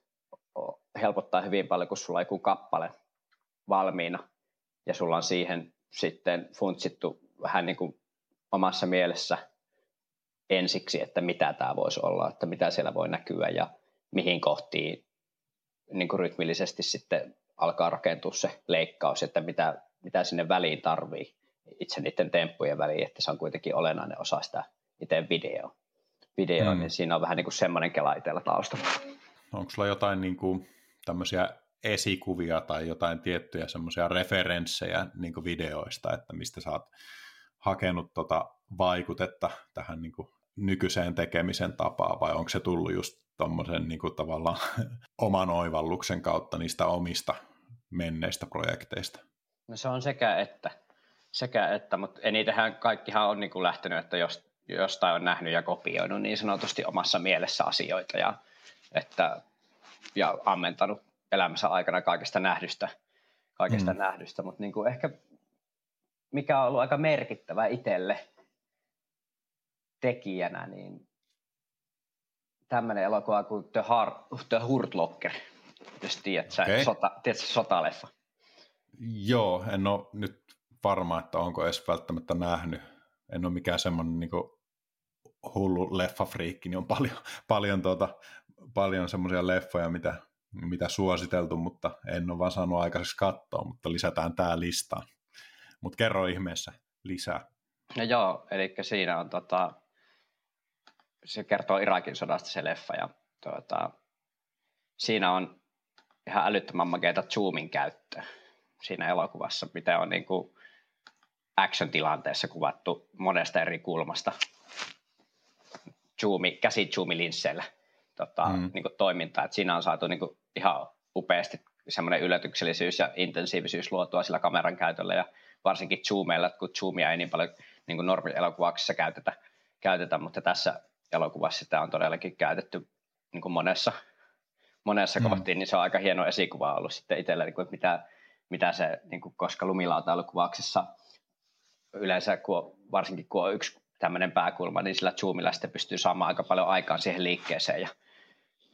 helpottaa hyvin paljon, kun sulla on joku kappale valmiina ja sulla on siihen sitten funtsittu vähän niin kuin omassa mielessä ensiksi, että mitä tämä voisi olla, että mitä siellä voi näkyä ja mihin kohtiin niin kuin rytmillisesti sitten alkaa rakentua se leikkaus, että mitä, mitä sinne väliin tarvii itse niiden temppujen väliin, että se on kuitenkin olennainen osa sitä itse videoa. Video, mm. niin siinä on vähän niin kuin semmoinen kela itsellä taustalla. Onko sulla jotain niin kuin tämmöisiä esikuvia tai jotain tiettyjä semmoisia referenssejä niin kuin videoista, että mistä sä oot hakenut tota vaikutetta tähän niin kuin nykyiseen tekemisen tapaan, vai onko se tullut just tommoisen niin kuin tavallaan oman oivalluksen kautta niistä omista menneistä projekteista? No se on sekä että, sekä että mutta enitenhän kaikkihan on niin kuin lähtenyt, että jos, jostain on nähnyt ja kopioinut niin sanotusti omassa mielessä asioita ja, että, ja ammentanut elämänsä aikana kaikesta nähdystä, kaikesta mm. nähdystä, mutta niin kuin ehkä mikä on ollut aika merkittävä itselle tekijänä, niin tämmöinen elokuva kuin The, Har- The Hurt Locker, jos tiedät, okay. sota, tiedätkö sotaleffa? Joo, en ole nyt varma, että onko edes välttämättä nähnyt. En ole mikään semmoinen niin kuin hullu leffafriikki, niin on paljon, paljon, tuota, paljon semmoisia leffoja, mitä, mitä suositeltu, mutta en ole vaan saanut aikaiseksi katsoa, mutta lisätään tämä listaan. Mutta kerro ihmeessä lisää. No joo, eli siinä on tota, se kertoo Irakin sodasta se leffa ja tuota, siinä on ihan älyttömän makeata zoomin käyttöä siinä elokuvassa, mitä on niin kuin action-tilanteessa kuvattu monesta eri kulmasta zoomi, käsi-zoomilinsseillä tota, mm. niin kuin toimintaa. Et siinä on saatu niin kuin ihan upeasti semmoinen yllätyksellisyys ja intensiivisyys luotua sillä kameran käytöllä ja varsinkin zoomeilla, kun zoomia ei niin paljon niin kuin normi-elokuvauksessa käytetä, käytetä, mutta tässä elokuvassa sitä on todellakin käytetty niin kuin monessa, monessa mm. kohtiin, niin se on aika hieno esikuva ollut sitten itsellä, niin kuin, että mitä, mitä se, niin kuin, koska lumilautailukuvauksessa yleensä, kun on, varsinkin kun on yksi tämmöinen pääkulma, niin sillä zoomilla sitten pystyy saamaan aika paljon aikaan siihen liikkeeseen ja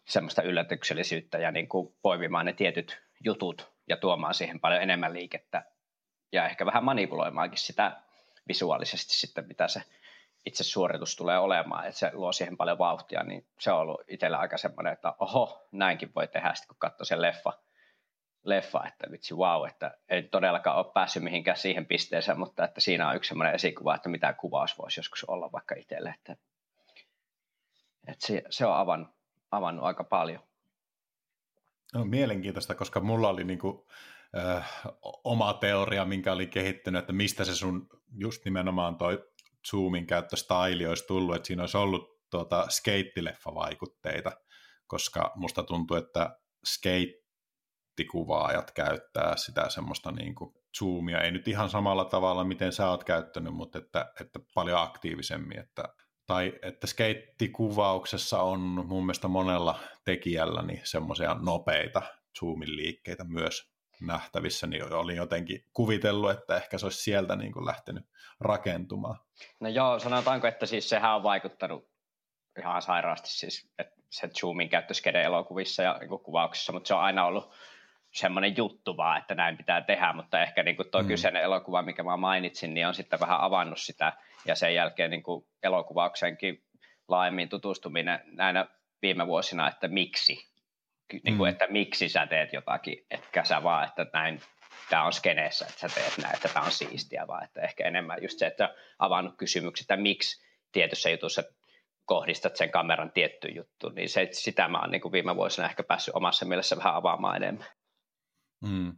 semmoista yllätyksellisyyttä ja niin kuin poimimaan ne tietyt jutut ja tuomaan siihen paljon enemmän liikettä ja ehkä vähän manipuloimaankin sitä visuaalisesti sitten, mitä se itse suoritus tulee olemaan, että se luo siihen paljon vauhtia, niin se on ollut itsellä aika semmoinen, että oho, näinkin voi tehdä sitten, kun katsoo sen leffa, leffa että vitsi wow, että ei todellakaan ole päässyt mihinkään siihen pisteeseen, mutta että siinä on yksi semmoinen esikuva, että mitä kuvaus voisi joskus olla vaikka itselle, että, että se, se on avannut, avannut aika paljon. No, mielenkiintoista, koska mulla oli niinku, äh, oma teoria, minkä oli kehittynyt, että mistä se sun just nimenomaan toi zoomin käyttöstaili olisi tullut, että siinä olisi ollut tuota skeittileffa-vaikutteita, koska musta tuntuu, että skeittikuvaajat käyttää sitä semmoista niinku zoomia, ei nyt ihan samalla tavalla, miten sä oot käyttänyt, mutta että, että paljon aktiivisemmin, että tai että skeittikuvauksessa on mun mielestä monella tekijällä niin semmoisia nopeita zoomin liikkeitä myös nähtävissä, niin olin jotenkin kuvitellut, että ehkä se olisi sieltä niin kuin lähtenyt rakentumaan. No joo, sanotaanko, että siis sehän on vaikuttanut ihan sairaasti siis, että se zoomin käyttö skede-elokuvissa ja niin kuin kuvauksissa, mutta se on aina ollut semmoinen juttu vaan, että näin pitää tehdä, mutta ehkä niin kuin tuo mm. kyseinen elokuva, mikä mä mainitsin, niin on sitten vähän avannut sitä, ja sen jälkeen niin kuin elokuvauksenkin laajemmin tutustuminen näinä viime vuosina, että miksi, mm. niin kuin, että miksi sä teet jotakin, etkä sä vaan, että näin, tämä on skeneessä, että sä teet näin, että tämä on siistiä, vaan että ehkä enemmän just se, että on avannut kysymykset, että miksi tietyssä jutussa kohdistat sen kameran tiettyyn juttuun, niin se, sitä mä oon niin kuin viime vuosina ehkä päässyt omassa mielessä vähän avaamaan enemmän. Mm.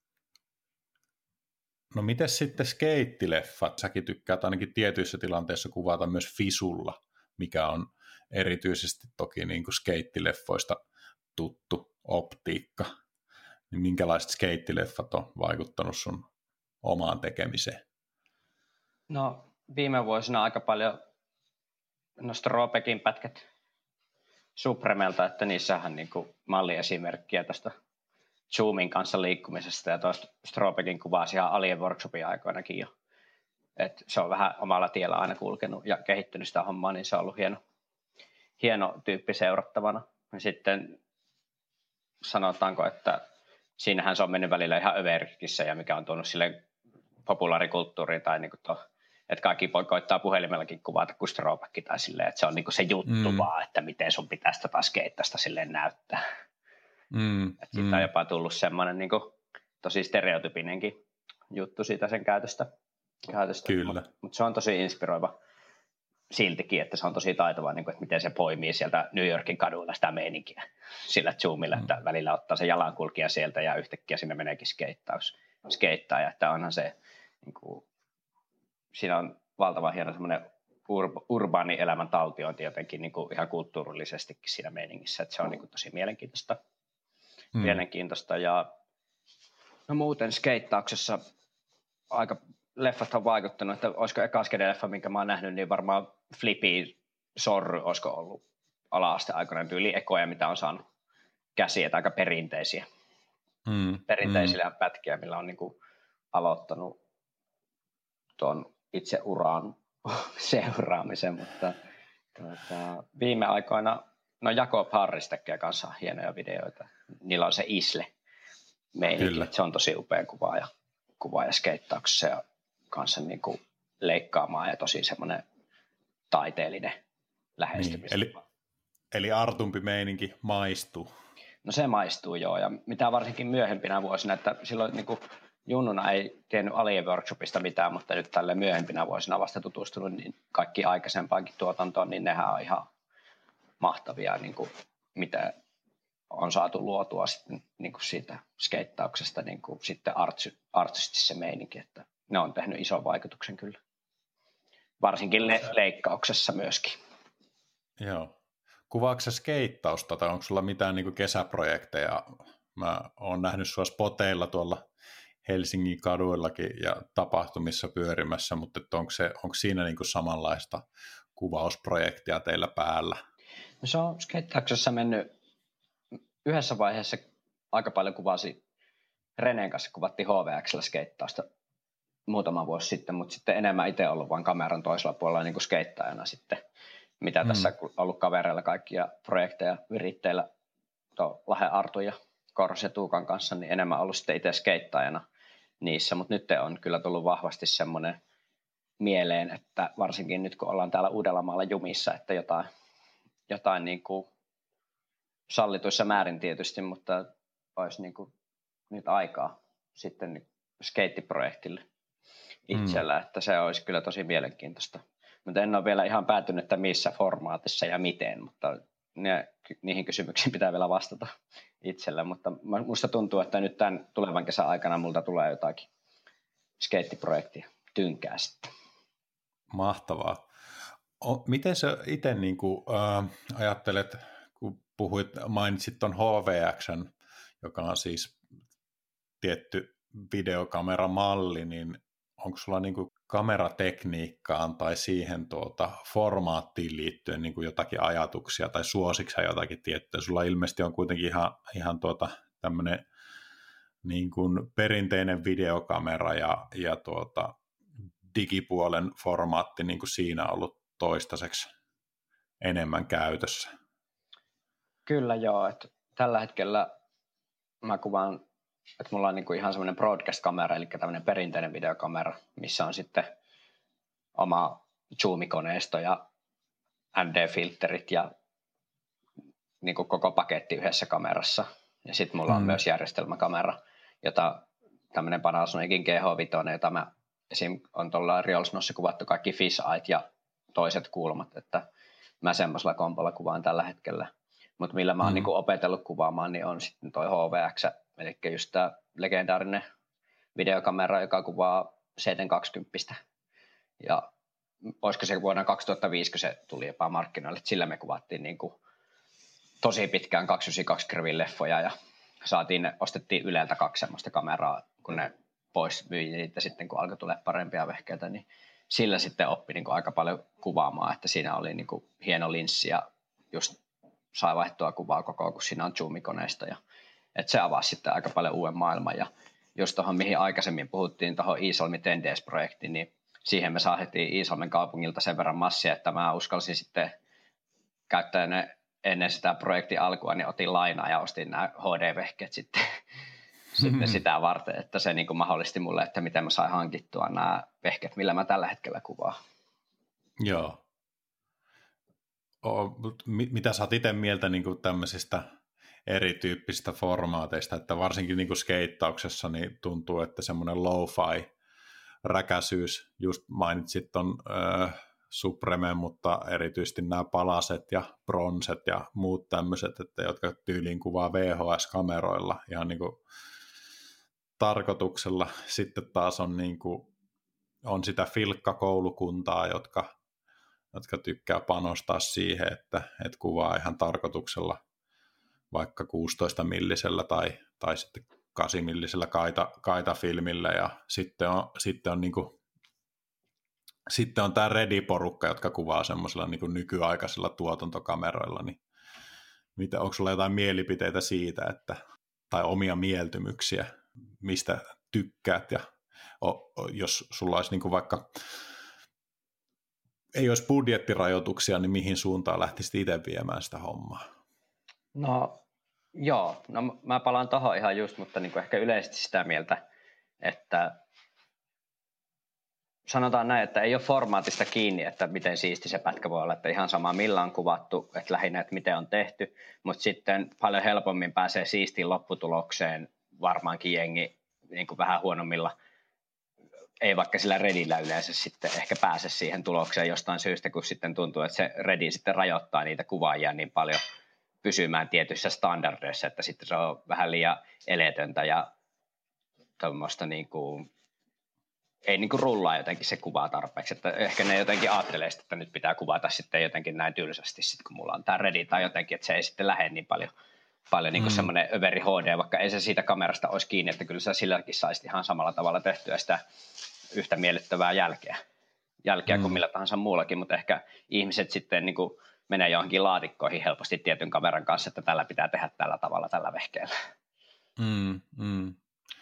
No mites sitten skeittileffat? Säkin tykkäät ainakin tietyissä tilanteissa kuvata myös fisulla, mikä on erityisesti toki niin kuin skeittileffoista tuttu optiikka. Niin minkälaiset skeittileffat on vaikuttanut sun omaan tekemiseen? No viime vuosina aika paljon no Strobekin pätkät Supremelta, että niissähän niin kuin malliesimerkkiä tästä zoomin kanssa liikkumisesta ja tuosta Strobekin kuvasi ihan Alien Workshopin aikoinakin jo. Et se on vähän omalla tiellä aina kulkenut ja kehittynyt sitä hommaa, niin se on ollut hieno, hieno tyyppi seurattavana. Ja sitten sanotaanko, että siinähän se on mennyt välillä ihan överkissä ja mikä on tuonut sille populaarikulttuuriin tai niin kuin to, että kaikki voi koittaa puhelimellakin kuvata kuin Strobekki tai silleen, että se on niin kuin se juttu mm. vaan, että miten sun pitäisi tätä skeittasta silleen näyttää. Mm, että siitä mm. on jopa tullut semmoinen niin kuin, tosi stereotypinenkin juttu siitä sen käytöstä. käytöstä. Kyllä. Mutta mut se on tosi inspiroiva siltikin, että se on tosi taitava, niin kuin, että miten se poimii sieltä New Yorkin kaduilla sitä meininkiä sillä zoomilla, mm. että välillä ottaa se jalankulkija sieltä ja yhtäkkiä sinne meneekin skeittaus, skeittaaja, että onhan se, niin kuin, siinä on valtavan hieno semmoinen ur- urbaani elämän taltiointi jotenkin niin kuin ihan kulttuurillisestikin siinä meiningissä, että se on niin kuin, tosi mielenkiintoista. Hmm. Mielenkiintoista ja no muuten skeittauksessa aika leffat on vaikuttanut, että olisiko eka skede-leffa, minkä mä oon nähnyt, niin varmaan Flippy Sorry olisiko ollut ala-aste aikoinaan tyyli ekoja, mitä on saanut käsiä, että aika perinteisiä. Hmm. Perinteisiä hmm. pätkiä, millä on niin kuin aloittanut tuon itse uraan seuraamisen, mutta tuota, viime aikoina no Jakob Harris tekee kanssa hienoja videoita. Niillä on se Isle meininki, että se on tosi upea kuvaaja, kuvaaja skeittauksessa ja kanssa niin kuin leikkaamaan ja tosi semmoinen taiteellinen lähestymistä. Niin, eli, eli artumpi meininki maistuu. No se maistuu joo, ja mitä varsinkin myöhempinä vuosina, että silloin niin kuin junnuna ei tiennyt Alien Workshopista mitään, mutta nyt tälle myöhempinä vuosina vasta tutustunut niin kaikki aikaisempaankin tuotantoon, niin nehän on ihan mahtavia, niin kuin, mitä on saatu luotua sitten, niin kuin siitä skeittauksesta niin kuin sitten artsisesti se meininki, että ne on tehnyt ison vaikutuksen kyllä. Varsinkin le- leikkauksessa myöskin. Joo. Kuvaatko sä skeittausta tai onko sulla mitään niin kuin kesäprojekteja? Mä oon nähnyt sua spoteilla tuolla Helsingin kaduillakin ja tapahtumissa pyörimässä, mutta onko, se, onko siinä niin kuin samanlaista kuvausprojektia teillä päällä? No se on skeittauksessa mennyt yhdessä vaiheessa aika paljon kuvasi Renen kanssa, kuvattiin H V X:llä skeittausta muutama vuosi sitten, mutta sitten enemmän itse ollut vain kameran toisella puolella niin kuin skeittaajana sitten mitä mm. tässä on ollut kavereilla kaikkia projekteja viritteillä tuon Lahden Artun ja Korhosen ja Tuukan kanssa, niin enemmän ollut sitten itse skeittaajana niissä, mutta nyt on kyllä tullut vahvasti semmoinen mieleen, että varsinkin nyt kun ollaan täällä Uudellamaalla jumissa, että jotain, jotain niin kuin sallituissa määrin tietysti, mutta olisi niin kuin nyt aikaa sitten skeittiprojektille itsellä, mm. että se olisi kyllä tosi mielenkiintoista. Mutta en ole vielä ihan päätynyt, että missä formaatissa ja miten, mutta ne, niihin kysymyksiin pitää vielä vastata itsellä, mutta musta tuntuu, että nyt tämän tulevan kesän aikana multa tulee jotakin skeittiprojektia tynkää sitten. Mahtavaa. O, miten sä itse niin kuin, äh, ajattelet, kun puhuit, mainitsit tuon H V X:n, joka on siis tietty videokameramalli, niin onko sulla niin kuin kameratekniikkaan tai siihen tuota formaattiin liittyen niin kuin jotakin ajatuksia tai suosiksä jotakin tiettyä? Sulla ilmeisesti on kuitenkin ihan, ihan tuota tämmöinen niin kuin perinteinen videokamera ja, ja tuota digipuolen formaatti niin kuin siinä ollut toistaiseksi enemmän käytössä. Kyllä joo, että tällä hetkellä mä kuvaan, että mulla on niin kuin ihan semmoinen broadcast-kamera, eli tämmöinen perinteinen videokamera, missä on sitten oma zoomikoneisto ja N D-filterit ja niin kuin koko paketti yhdessä kamerassa. Ja sitten mulla on mm. myös järjestelmäkamera, jota tämmöinen Panasonicin G H viisi, jota mä esim. On tuolla Reolsnossa kuvattu kaikki fisheyet ja toiset kulmat, että mä semmoisella kompolla kuvaan tällä hetkellä. Mutta millä mä oon mm. niinku opetellut kuvaamaan, niin on sitten toi H V X, eli just tämä legendaarinen videokamera, joka kuvaa seitsemänsataakaksikymmentä. Ja olisiko se vuonna kaksituhattaviisi, kun se tuli jopa markkinoille, että sillä me kuvattiin niinku tosi pitkään kaksisataayhdeksänkymmentäkaksi leffoja ja saatiin, ostettiin Yleltä kaksi semmoista kameraa, kun ne pois myi niitä sitten, kun alkoi tulla parempia vehkeitä, niin sillä sitten oppi niin kuin aika paljon kuvaamaan, että siinä oli niin kuin hieno linssi ja just sai vaihtoa kuvaa koko, kun siinä on zoomikoneisto. Ja, että se avasi sitten aika paljon uuden maailman. Ja just tuohon, mihin aikaisemmin puhuttiin, tuohon Iisalmi ten days-projektiin, niin siihen me saatiin Iisalmen kaupungilta sen verran massia, että mä uskalsin sitten käyttää ne ennen sitä projektin alkua, niin otin lainaa ja ostin nämä H D-vehkeet sitten. Sitten sitä varten, että se niin kuin mahdollisti mulle, että miten mä sain hankittua nämä vehkeet, millä mä tällä hetkellä kuvaan. Joo. O, mitä sä oot itse mieltä niin kuin tämmöisistä erityyppisistä formaateista, että varsinkin niin kuin skeittauksessa niin tuntuu, että semmoinen lo-fi räkäisyys, just mainitsit ton äh, Supremen, mutta erityisesti nämä palaset ja bronset ja muut tämmöiset, että jotka tyyliin kuvaa V H S-kameroilla ihan niin kuin tarkoituksella. Sitten taas on, niin kuin, on sitä filkkakoulukuntaa, jotka, jotka tykkää panostaa siihen, että, että kuvaa ihan tarkoituksella vaikka kuusitoista millisellä tai, tai sitten kahdeksan millisellä kaita, kaitafilmillä. Ja sitten on, sitten on, niin kuin, sitten on tämä Ready-porukka, jotka kuvaa semmoisella niin kuin nykyaikaisilla tuotantokameroilla. Niin mitä, onko sulla jotain mielipiteitä siitä, että, tai omia mieltymyksiä, mistä tykkäät, ja o, o, jos sulla olisi niin kuin vaikka, ei olisi budjettirajoituksia, niin mihin suuntaan lähtisit itse viemään sitä hommaa? No joo, no mä palaan tuohon ihan just, mutta niin kuin ehkä yleisesti sitä mieltä, että sanotaan näin, että ei ole formaatista kiinni, että miten siisti se pätkä voi olla, että ihan sama millä on kuvattu, että lähinnä, että miten on tehty, mutta sitten paljon helpommin pääsee siistiin lopputulokseen varmaankin jengi niin kuin vähän huonommilla, ei vaikka sillä Redillä yleensä sitten ehkä pääse siihen tulokseen jostain syystä, kun sitten tuntuu, että se Redi sitten rajoittaa niitä kuvaajia niin paljon pysymään tietyissä standardeissa, että sitten se on vähän liian eletöntä ja tuommoista niin kuin ei niin kuin rullaa jotenkin se kuvaa tarpeeksi, että ehkä ne jotenkin ajattelee, että nyt pitää kuvata sitten jotenkin näin tylsästi, sit kun mulla on tämä Ready tai jotenkin, että se ei sitten lähde niin paljon, paljon niin kuin mm. semmoinen överi H D, vaikka ei se siitä kamerasta olisi kiinni, että kyllä sä silläkin saisit ihan samalla tavalla tehtyä sitä yhtä miellyttävää jälkeä, jälkeä mm. kuin millä tahansa muullakin, mutta ehkä ihmiset sitten niin kuin menee johonkin laatikkoihin helposti tietyn kameran kanssa, että tällä pitää tehdä tällä tavalla, tällä vehkeellä. Mm, mm.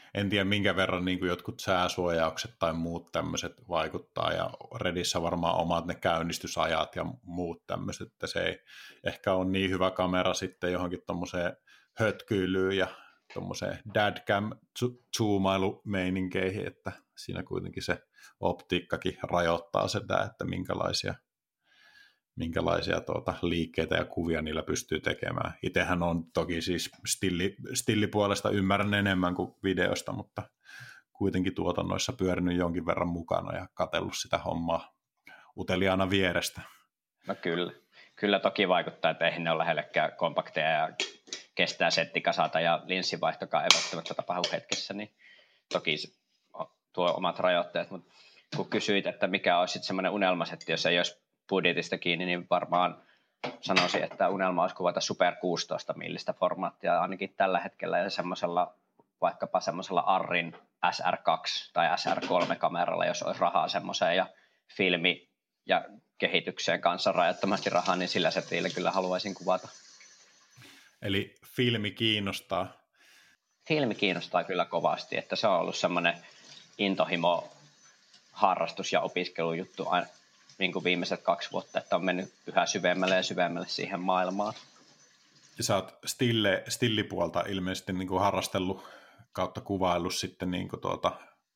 en tiedä minkä verran niin kuin jotkut sääsuojaukset tai muut tämmöiset vaikuttaa, ja Redissä varmaan omat ne käynnistysajat ja muut tämmöiset, että se ei ehkä ole niin hyvä kamera sitten johonkin tommoseen hötkyilyyn ja tommoseen dadcam zoomailumeininkeihin, että siinä kuitenkin se optiikkakin rajoittaa sitä, että minkälaisia minkälaisia tuota, liikkeitä ja kuvia niillä pystyy tekemään. Itsehän on toki siis stilli, stillipuolesta ymmärrän enemmän kuin videosta, mutta kuitenkin tuotannoissa pyörinyt jonkin verran mukana ja katsellut sitä hommaa uteliaana vierestä. No kyllä. Kyllä toki vaikuttaa, että eihän ne ole lähellekään kompakteja ja kestää setti kasata ja linssivaihtokaan ei välttämättä tapahdu hetkessä, niin toki tuo omat rajoitteet, mutta kun kysyit, että mikä olisi semmoinen unelmasetti, jos ei olisi budjetista kiinni, niin varmaan sanoisin, että unelma olisi kuvata Super kuusitoista millistä formaattia ainakin tällä hetkellä ja semmoisella vaikkapa semmoisella Arrin S R kaksi tai S R kolme kameralla, jos olisi rahaa semmoiseen ja filmi ja kehitykseen kanssa rajattomasti rahaa, niin sillä setillä kyllä haluaisin kuvata. Eli filmi kiinnostaa? Filmi kiinnostaa kyllä kovasti, että se on ollut semmoinen intohimo harrastus ja opiskelujuttu aina niin kuin viimeiset kaksi vuotta, että on mennyt yhä syvemmälle ja syvemmälle siihen maailmaan. Ja sä oot stille, stillipuolta ilmeisesti niin kuin harrastellut kautta kuvaillut sitten niin kuin tuota,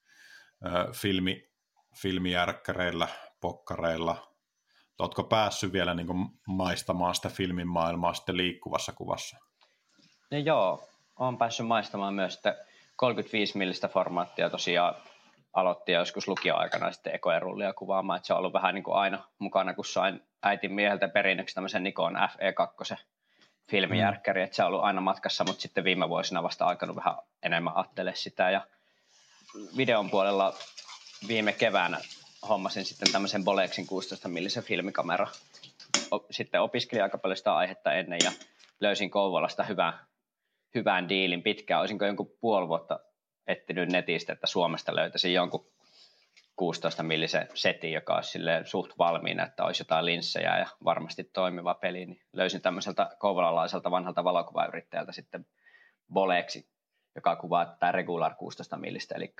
filmi, filmijärkkäreillä, pokkareilla. Ootko päässyt vielä niin kuin maistamaan sitä filmin maailmaa sitten liikkuvassa kuvassa? No joo, olen päässyt maistamaan myös sitä kolmekymmentäviisi millistä formaattia tosiaan aloitti joskus lukioaikana sitten ekojen rullia kuvaamaan, että se on ollut vähän niin kuin aina mukana, kun sain äitin mieheltä perinnöksi tämmöisen Nikon F E kaksi filmijärkkäri, mm. että se on ollut aina matkassa, mutta sitten viime vuosina vasta alkanut vähän enemmän ajattelemaan sitä ja videon puolella viime keväänä hommasin sitten tämmöisen Bolexin kuusitoista millisen filmikamera. Sitten opiskelin aika paljon sitä aihetta ennen ja löysin Kouvolasta hyvän, hyvän diilin pitkään. Olisinko jonkun puoli vuotta etsinyt netistä, että Suomesta löytäisin jonkun kuusitoista millisen setin, joka olisi suht valmiina, että olisi jotain linssejä ja varmasti toimiva peli. Niin löysin tämmöiseltä kouvolalaiselta vanhalta valokuvayrittäjältä sitten Bolexi, joka kuvaa tätä regular kuusitoista millistä, eli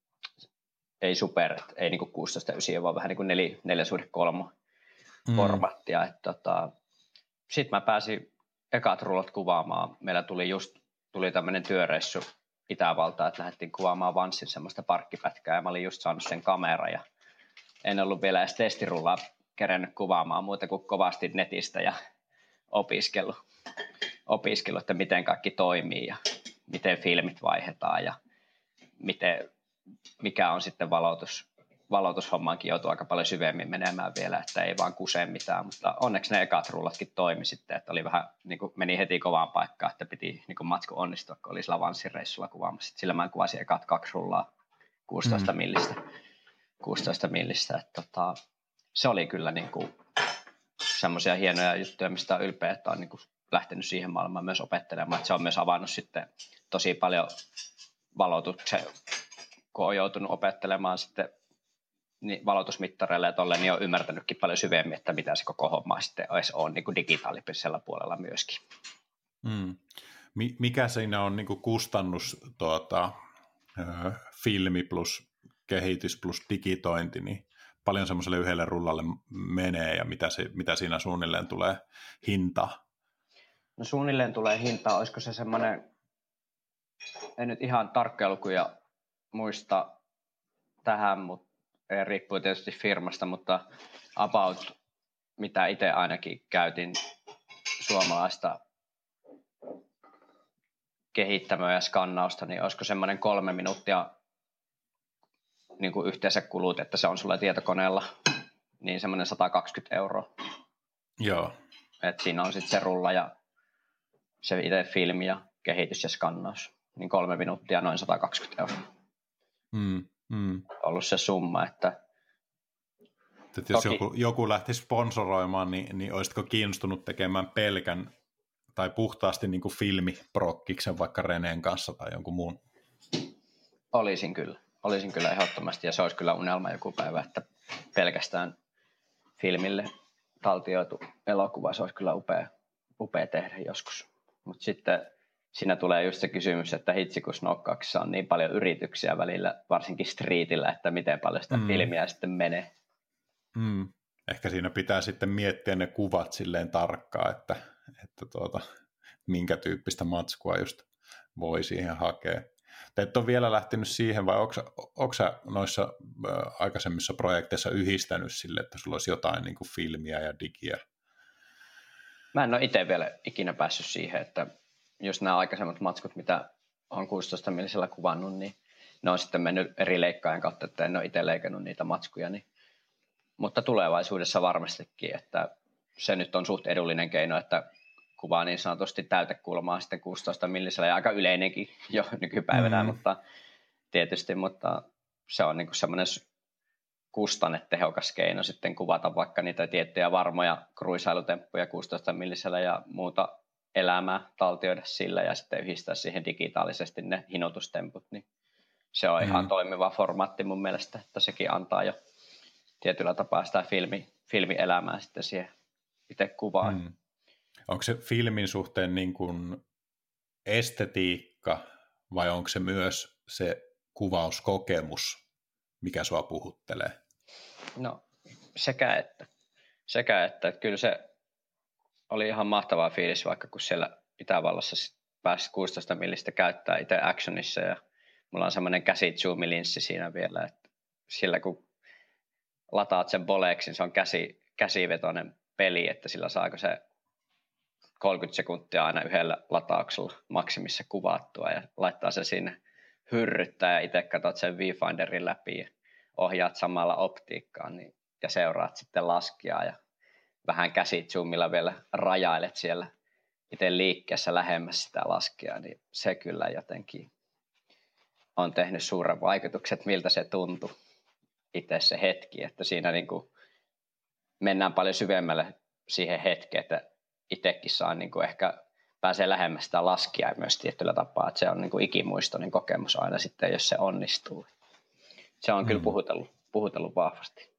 ei super, ei niin kuin kuusitoista yhdeksän, vaan vähän niin kuin neljä suhde kolme formattia. Mm. Tota, sitten mä pääsin ekat rullot kuvaamaan. Meillä tuli just tuli tämmöinen työreissu Itävaltaan, että lähdettiin kuvaamaan Vanssin semmoista parkkipätkää ja mä olin just saanut sen kamera ja en ollut vielä edes testirullaa kerennyt kuvaamaan muuta kuin kovasti netistä ja opiskellut, opiskellut, että miten kaikki toimii ja miten filmit vaihdetaan ja miten, mikä on sitten valotus. Valotushommaankin joutuu aika paljon syvemmin menemään vielä, että ei vaan kusee mitään, mutta onneksi ne ekat rullatkin toimi sitten, että oli vähän, niin kuin meni heti kovaan paikkaan, että piti niin kuin matsku onnistua, kun oli sillä Vanssin reissulla kuvaamassa. Sillä mä kuvasin ekat kaksi rullaa kuusitoista mm. millistä, kuusitoista millistä, että tota, se oli kyllä niin kuin semmoisia hienoja juttuja, mistä on ylpeä, että on niin kuin lähtenyt siihen maailmaan myös opettelemaan, että se on myös avannut sitten tosi paljon valotuksen, kun on joutunut opettelemaan sitten niin valotusmittareille ja tolleen, niin on ymmärtänytkin paljon syvemmin, että mitä se koko homma sitten olisi on niin kuin digitaalisella puolella myöskin. Mm. Mikä siinä on niin kuin kustannus tuota, filmi plus kehitys plus digitointi, niin paljon semmoiselle yhdelle rullalle menee ja mitä, se, mitä siinä suunnilleen tulee hintaa? No suunnilleen tulee hintaa, olisiko se semmoinen, en nyt ihan tarkkoja lukuja muista tähän, mutta riippuu tietysti firmasta, mutta about mitä itse ainakin käytin suomalaista kehittämöä ja skannausta, niin olisiko semmoinen kolme minuuttia niin kuin yhteensä kulut, että se on sulla tietokoneella, niin semmoinen sata kaksikymmentä euroa. Joo. Et siinä on sitten se rulla ja se itse filmi ja kehitys ja skannaus, niin kolme minuuttia noin sata kaksikymmentä euroa. Mm. Mm. Ollut se summa, että että jos joku, joku lähti sponsoroimaan, niin, niin olisitko kiinnostunut tekemään pelkän tai puhtaasti niin kuin filmiprokkiksen vaikka Reneen kanssa tai jonkun muun? Olisin kyllä. Olisin kyllä ehdottomasti ja se olisi kyllä unelma joku päivä, että pelkästään filmille taltioitu elokuva, se olisi kyllä upea, upea tehdä joskus. Mutta sitten siinä tulee just se kysymys, että hitsi kun snokkauksessa on niin paljon yrityksiä välillä, varsinkin streetillä, että miten paljon sitä Mm. filmiä sitten menee. Mm. Ehkä siinä pitää sitten miettiä ne kuvat silleen tarkkaan, että, että tuota, minkä tyyppistä matskua just voi siihen hakea. Te et ole vielä lähtenyt siihen, vai onko sä noissa äh, aikaisemmissa projekteissa yhdistänyt sille, että sulla olisi jotain niin kuin filmiä ja digiä? Mä en ole itse vielä ikinä päässyt siihen, että just nämä aikaisemmat matskut, mitä on kuusitoista millisellä kuvannut, niin ne on sitten mennyt eri leikkaajan kautta, että en ole itse leikannut niitä matskuja. Niin. Mutta tulevaisuudessa varmastikin, että se nyt on suht edullinen keino, että kuvaa niin sanotusti täytekulmaa sitten kuusitoista millisellä ja aika yleinenkin jo nykypäivänä, mm. mutta tietysti, mutta se on niin kuin semmoinen kustannetehokas keino sitten kuvata vaikka niitä tiettyjä varmoja kruisailutemppuja kuusitoista millisellä ja muuta elämää taltioida sillä ja sitten yhdistää siihen digitaalisesti ne hinotustemput, niin se on mm. ihan toimiva formaatti mun mielestä, että sekin antaa jo tietyllä tapaa sitä filmi, filmielämää sitten siihen itse kuvaan. Mm. Onko se filmin suhteen niin kuin estetiikka vai onko se myös se kuvauskokemus, mikä sua puhuttelee? No sekä että. Sekä että, että kyllä se oli ihan mahtavaa fiilis, vaikka kun siellä Itävallassa pääsi kuusitoista millistä käyttää itse actionissa ja mulla on semmoinen käsizoomilinssi siinä vielä, että sillä kun lataat sen Bolexin, se on käsi, käsivetoinen peli, että sillä saako se kolmekymmentä sekuntia aina yhdellä latauksella maksimissa kuvattua ja laittaa se sinne hyrryttää ja itse katsot sen viewfinderin läpi ja ohjaat samalla optiikkaan niin, ja seuraat sitten laskijaa ja vähän käsizoomilla vielä rajailet siellä itse liikkeessä lähemmäs sitä laskijaa, niin se kyllä jotenkin on tehnyt suuren vaikutuksen, miltä se tuntui itse se hetki, että siinä niin kuin mennään paljon syvemmälle siihen hetkeen, että itsekin saa niin kuin ehkä pääsee lähemmäs sitä laskijaa myös tietyllä tapaa, että se on niin kuin ikimuistoinen kokemus aina sitten, jos se onnistuu. Se on mm. kyllä puhutellut, puhutellut vahvasti.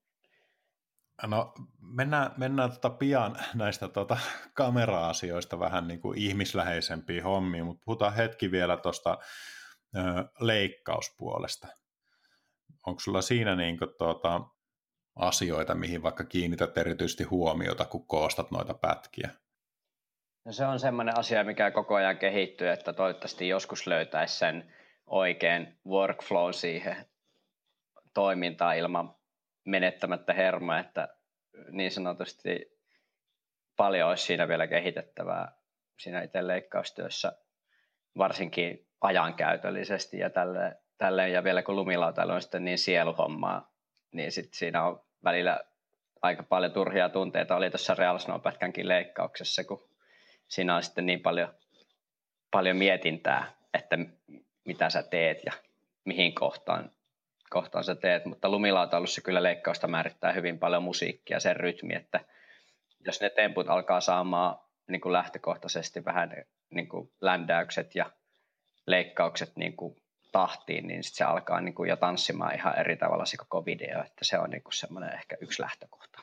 No mennään, mennään tota pian näistä tota kamera-asioista vähän niin kuin ihmisläheisempiin hommiin, mutta puhutaan hetki vielä tuosta ö, leikkauspuolesta. Onko sulla siinä niin kuin tuota, asioita, mihin vaikka kiinnität erityisesti huomiota, kun koostat noita pätkiä? No se on semmoinen asia, mikä koko ajan kehittyy, että toivottavasti joskus löytäisi sen oikein workflow siihen toimintaan ilman menettämättä hermoa, että niin sanotusti paljon olisi siinä vielä kehitettävää siinä itse leikkaustyössä, varsinkin ajankäytöllisesti ja tälleen, tälleen ja vielä kun lumilautailu on sitten niin sieluhommaa, niin sitten siinä on välillä aika paljon turhia tunteita, oli tuossa Real Snow-pätkänkin leikkauksessa, kun siinä on sitten niin paljon, paljon mietintää, että mitä sä teet ja mihin kohtaan, kohtaan sä teet, mutta lumilautailussa kyllä leikkausta määrittää hyvin paljon musiikkia, sen rytmi, että jos ne temput alkaa saamaan niin kuin lähtökohtaisesti vähän niin kuin ländäykset ja leikkaukset niin kuin tahtiin, niin sitten se alkaa niin kuin jo tanssimaan ihan eri tavalla se koko video, että se on niin kuin semmoinen ehkä yksi lähtökohta.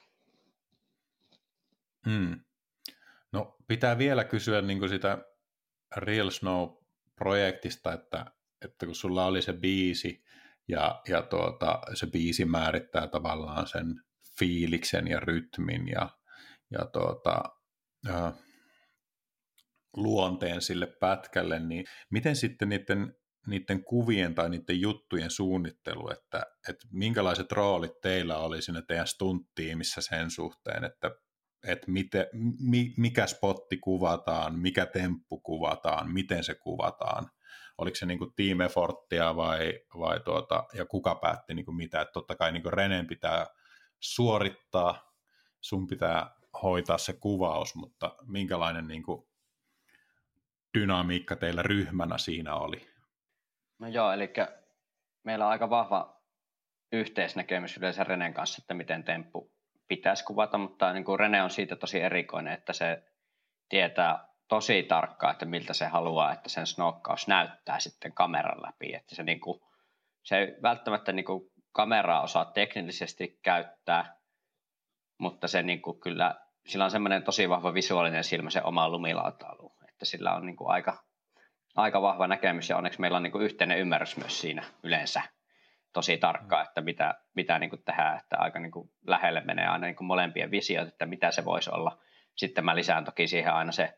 Hmm. No pitää vielä kysyä niin kuin sitä Real Snow-projektista, että, että kun sulla oli se biisi ja, ja tuota, se biisi määrittää tavallaan sen fiiliksen ja rytmin ja, ja tuota, äh, luonteen sille pätkälle, niin miten sitten niiden, niiden kuvien tai niiden juttujen suunnittelu, että, että minkälaiset roolit teillä oli siinä teidän stunt-tiimissä sen suhteen, että että miten, mi, mikä spotti kuvataan, mikä temppu kuvataan, miten se kuvataan. Oliko se niin kuin team efforttia vai, vai tuota, ja kuka päätti niin kuin mitä. Että totta kai niin kuin Renen pitää suorittaa, sun pitää hoitaa se kuvaus, mutta minkälainen niin kuin dynamiikka teillä ryhmänä siinä oli? No joo, eli meillä on aika vahva yhteisnäkemys yleensä Renen kanssa, että miten temppu pitäisi kuvata, mutta niin kuin Rene on siitä tosi erikoinen, että se tietää tosi tarkkaan, että miltä se haluaa, että sen snokkaus näyttää sitten kameran läpi. Että se, niin kuin, se ei välttämättä niin kuin kameraa osaa teknisesti käyttää, mutta se niin kuin kyllä, sillä on semmoinen tosi vahva visuaalinen silmä se oma lumilautailu, että sillä on niin kuin aika, aika vahva näkemys ja onneksi meillä on niin kuin yhteinen ymmärrys myös siinä yleensä tosi tarkkaan, että mitä, mitä niin kuin tehdään, että aika niin kuin lähelle menee aina niin kuin molempien visiot, että mitä se voisi olla. Sitten mä lisään toki siihen aina se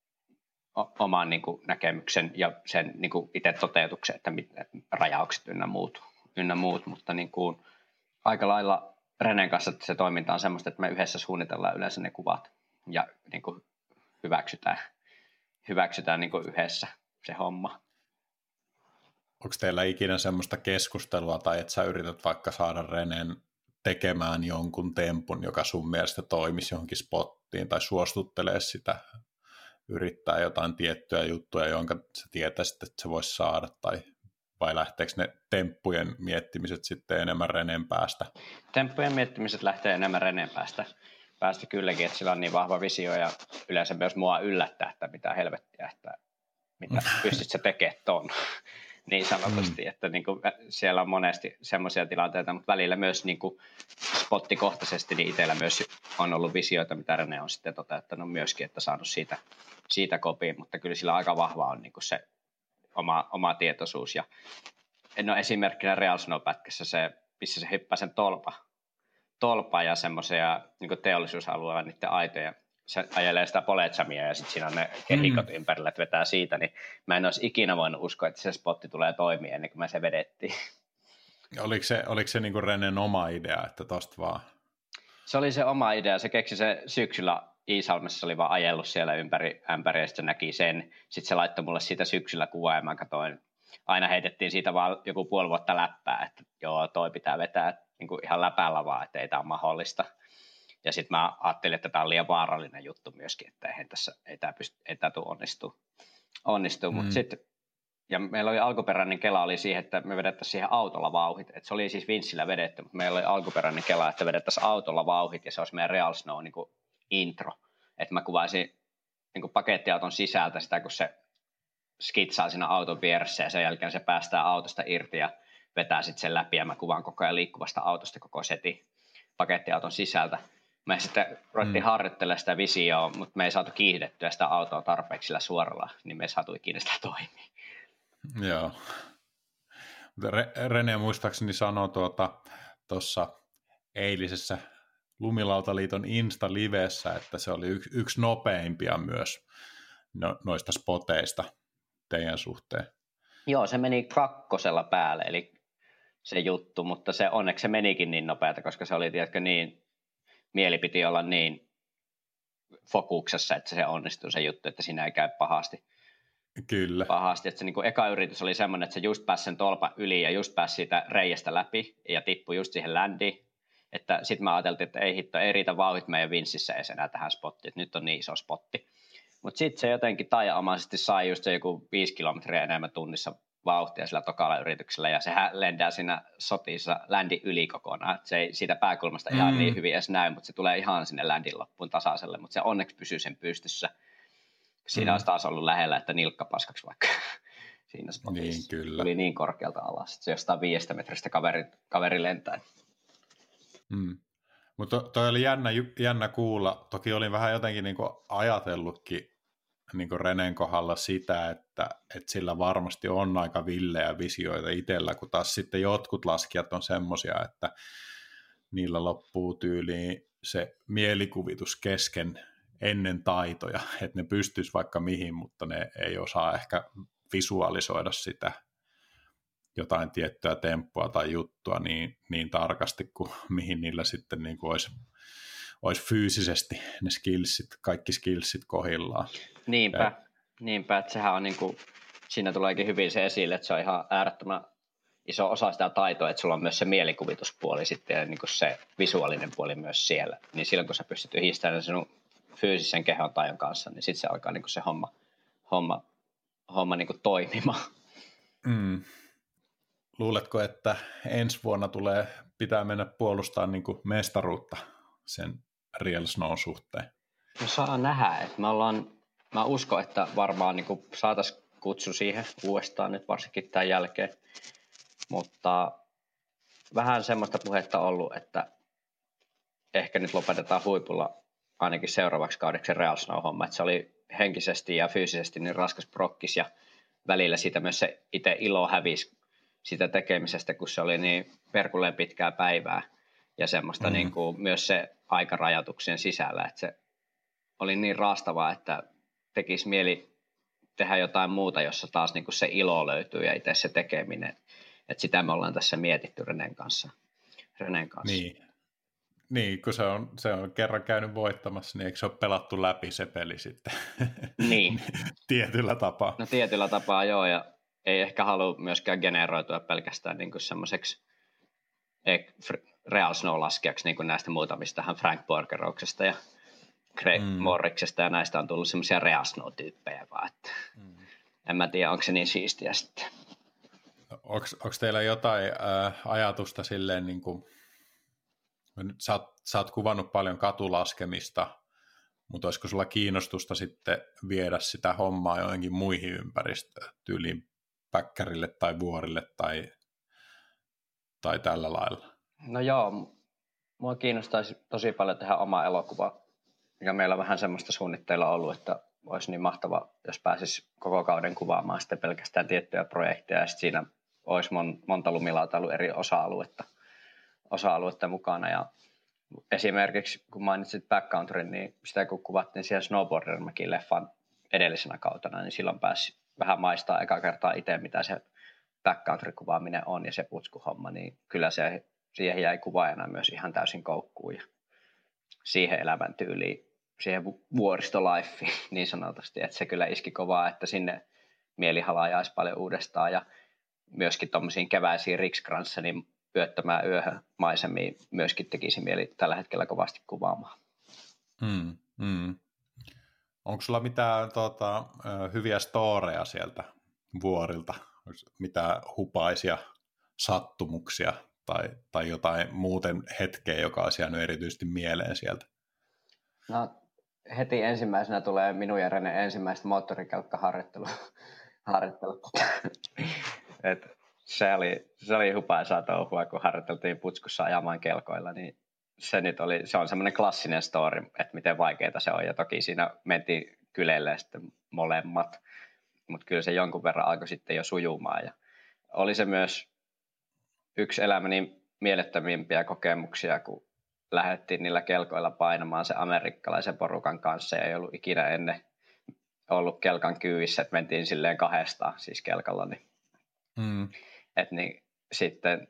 oman niin kuin näkemyksen ja sen niin kuin itse toteutuksen, että mit, rajaukset ynnä muut, ynnä muut. Mutta niin kuin aika lailla Renen kanssa se toiminta on semmoista, että me yhdessä suunnitellaan yleensä ne kuvat ja niin kuin hyväksytään, hyväksytään niin kuin yhdessä se homma. Onko teillä ikinä semmoista keskustelua, tai että sä yrität vaikka saada Renen tekemään jonkun tempun, joka sun mielestä toimisi johonkin spottiin, tai suostuttelee sitä, yrittää jotain tiettyjä juttuja, jonka sä tietäisit, että se voisi saada, tai vai lähteekö ne temppujen miettimiset sitten enemmän Renen päästä? Temppujen miettimiset lähtee enemmän Renen päästä. Päästä kylläkin, että sillä on niin vahva visio ja yleensä myös mua yllättää, että mitä helvettiä, että mitä pystyt sä tekemään ton. Niin sanotusti, mm. että niin kuin siellä on monesti semmoisia tilanteita, mutta välillä myös niin kuin spottikohtaisesti niin itsellä myös on ollut visioita, mitä Rene on sitten toteuttanut myöskin, että saanut siitä, siitä kopiin, mutta kyllä sillä aika vahva on niin kuin se oma, oma tietoisuus. Ja no esimerkkinä Real Snow-pätkässä se, missä se hyppää sen tolpa, tolpa ja semmoisia niin teollisuusalueella niiden aitoja, se ajelee sitä polechamia ja sitten siinä on ne kehikot mm. ympärillä, että vetää siitä, niin mä en olisi ikinä voinut uskoa, että se spotti tulee toimia ennen kuin me se vedettiin. Oliko se, oliko se niinku Renen oma idea, että tosta vaan? Se oli se oma idea, se keksi se syksyllä Iisalmessa, oli vaan ajellut siellä ympäri ämpäriä ja sitten näki sen. Sitten se laittoi mulle siitä syksyllä kuvaa ja mä katsoin, aina heitettiin siitä vaan joku puoli vuotta läppää, että joo, toi pitää vetää niin kuin ihan läpällä vaan, että ei tämä ole mahdollista. Ja sitten mä ajattelin, että tämä on liian vaarallinen juttu myöskin, että ei, tässä, ei tämä, pysty, ei tämä tule onnistua. onnistua. Mm. Mut sit, ja meillä oli alkuperäinen kela oli siihen, että me vedettäisiin siihen autolla vauhit. Et se oli siis vinssillä vedetty, mutta meillä oli alkuperäinen kela, että vedettäisiin autolla vauhit ja se olisi meidän Real Snow niin kuin intro. Että mä kuvaisin niin kuin pakettiauton sisältä sitä, kun se skitsaa siinä auton vieressä ja sen jälkeen se päästää autosta irti ja vetää sitten sen läpi ja mä kuvaan koko ajan liikkuvasta autosta koko setin pakettiauton sisältä. Me sitten ruvettiin mm. harjoittelemaan sitä visioa, mutta me ei saatu kiihdettyä sitä autoa tarpeeksi sillä suoralla, niin me ei saatu ikinä sitä toimia. Joo. Rene muistaakseni sanoi tuota, tuossa eilisessä Lumilautaliiton Insta-livessä, että se oli yksi, yksi nopeimpia myös no, noista spoteista teidän suhteen. Joo, se meni kakkosella päälle, eli se juttu, mutta se onneksi se menikin niin nopeata, koska se oli tiedätkö, niin, mieli piti olla niin fokuksessa, että se onnistui se juttu, että siinä ei käy pahasti. Kyllä. Pahasti, että se niin kuin eka yritys oli semmoinen, että se just pääsi sen tolpan yli ja just pääsi siitä reiästä läpi ja tippui just siihen ländiin. Että sitten mä ajateltiin, että ei hitto, ei riitä vauhit meidän vinssissä edes enää tähän spottiin, että nyt on niin iso spotti. Mutta sitten se jotenkin taianomaisesti sai just se joku viisi kilometriä enemmän tunnissa vauhtia sillä tokalla yrityksellä ja sehän lentää siinä sotissa ländin yli kokonaan. Et se ei siitä pääkulmasta mm. ihan niin hyvin edes näy, mutta se tulee ihan sinne ländin loppuun tasaiselle, mutta se onneksi pysyy sen pystyssä. Siinä mm. olisi taas ollut lähellä, että nilkka paskaksi vaikka siinä spotissa. Niin, tuli niin korkealta alas, että se jostain viidestä metristä kaveri, kaveri lentää. Mm. Mutta toi oli jännä, jännä kuulla. Toki olin vähän jotenkin niinku ajatellutkin niinku Renen kohdalla sitä, että, että sillä varmasti on aika villejä visioita itsellä, kun taas sitten jotkut laskijat on semmoisia, että niillä loppuu tyyliin se mielikuvitus kesken ennen taitoja, että ne pystyisi vaikka mihin, mutta ne ei osaa ehkä visualisoida sitä jotain tiettyä temppua tai juttua niin, niin tarkasti kuin mihin niillä sitten niin kuin olisi, olisi fyysisesti ne skillsit, kaikki skillsit kohdillaan. Niinpä, ja, niinpä että sehän on niin kuin, siinä tuleekin hyvin se esille, että se on ihan äärettömän iso osa sitä taitoa, että sulla on myös se mielikuvituspuoli sitten ja niin kuin se visuaalinen puoli myös siellä. Niin silloin kun sä pystyt yhdistämään sinun fyysisen kehon taidon kanssa, niin sitten se alkaa niin kuin se homma, homma, homma niin kuin toimimaan. Mm. Luuletko, että ensi vuonna tulee, pitää mennä puolustamaan niin kuin mestaruutta sen Real Snow suhteen? No saa nähdä, että me ollaan, mä uskon, että varmaan niin kuin saataisiin kutsu siihen uudestaan nyt varsinkin tämän jälkeen, mutta vähän semmoista puhetta ollut, että ehkä nyt lopetetaan huipulla ainakin seuraavaksi kaudeksi Real Snow-homma, että se oli henkisesti ja fyysisesti niin raskas prokkis ja välillä siitä myös se itse ilo hävisi sitä tekemisestä, kun se oli niin perkuleen pitkää päivää ja semmoista mm. niin kuin myös se aikarajoituksien sisällä, että se oli niin raastavaa, että tekisi mieli tehdä jotain muuta, jossa taas niin kuin se ilo löytyy ja itse se tekeminen. Että sitä me ollaan tässä mietitty Renen kanssa. Renen kanssa. Niin. Niin, kun se on, se on kerran käynyt voittamassa, niin eikö se ole pelattu läpi se peli sitten? Niin. Tietyllä tapaa. No tietyllä tapaa joo, ja ei ehkä halua myöskään generoitua pelkästään niin kuin semmoiseksi Real Snow-laskijaksi niin kuin näistä muutamistahan Frank Borgerouksesta ja Craig mm. Morriksesta, ja näistä on tullut semmoisia Real Snow-tyyppejä vaan, että mm. en mä tiedä, onko se niin siistiä sitten. Onko teillä jotain äh, ajatusta silleen, niin kuin, nyt sä oot, sä oot kuvannut paljon katulaskemista, mutta olisiko sulla kiinnostusta sitten viedä sitä hommaa joihinkin muihin ympäristöön, tyyliin päkkärille tai vuorille tai, tai tällä lailla? No joo, mua kiinnostaisi tosi paljon tehdä oma elokuva, mikä meillä on vähän semmoista suunnitteilla ollut, että olisi niin mahtava, jos pääsisi koko kauden kuvaamaan sitten pelkästään tiettyjä projekteja, ja sitten siinä olisi mon, monta lumilautailu eri osa-aluetta, osa-aluetta mukana. Ja esimerkiksi kun mainitsit backcountryn, niin sitä kun kuvattiin siellä Snowboarder-mäkin leffan edellisenä kautena, niin silloin pääsi vähän maistaa eka kertaa itse, mitä se backcountry-kuvaaminen on ja se putskuhomma, niin kyllä se siihen jäi kuvaajana myös ihan täysin koukkuun ja siihen elämän tyyliin, siihen vuoristolifeen niin sanotusti, että se kyllä iski kovaa, että sinne mielihala jäisi paljon uudestaan ja myöskin tuommoisiin keväisiin Riksgränsenin yöttömään yöhön maisemiin myöskin tekisi mieli tällä hetkellä kovasti kuvaamaan. Mm, mm. Onko sulla mitään tota, hyviä storeja sieltä vuorilta? Mitään hupaisia sattumuksia tai, tai jotain muuten hetkeä, joka olisi jäänyt erityisesti mieleen sieltä? No heti ensimmäisenä tulee minun ja Rene ensimmäistä moottorikelkkaharjoittelua. Et se oli, se oli hupaisaa touhua, kun harjoiteltiin putskussa ajamaan kelkoilla, niin se nyt oli, se on semmoinen klassinen story, että miten vaikeaa se on, ja toki siinä mentiin kylelle sitten molemmat, mutta kyllä se jonkun verran alkoi sitten jo sujumaan, ja oli se myös yksi elämäni mielettömimpiä kokemuksia, kun lähdettiin niillä kelkoilla painamaan se amerikkalaisen porukan kanssa, ja ei ollut ikinä ennen ollut kelkan kyyvissä, että mentiin silleen kahdestaan, siis kelkalla, niin mm. että niin sitten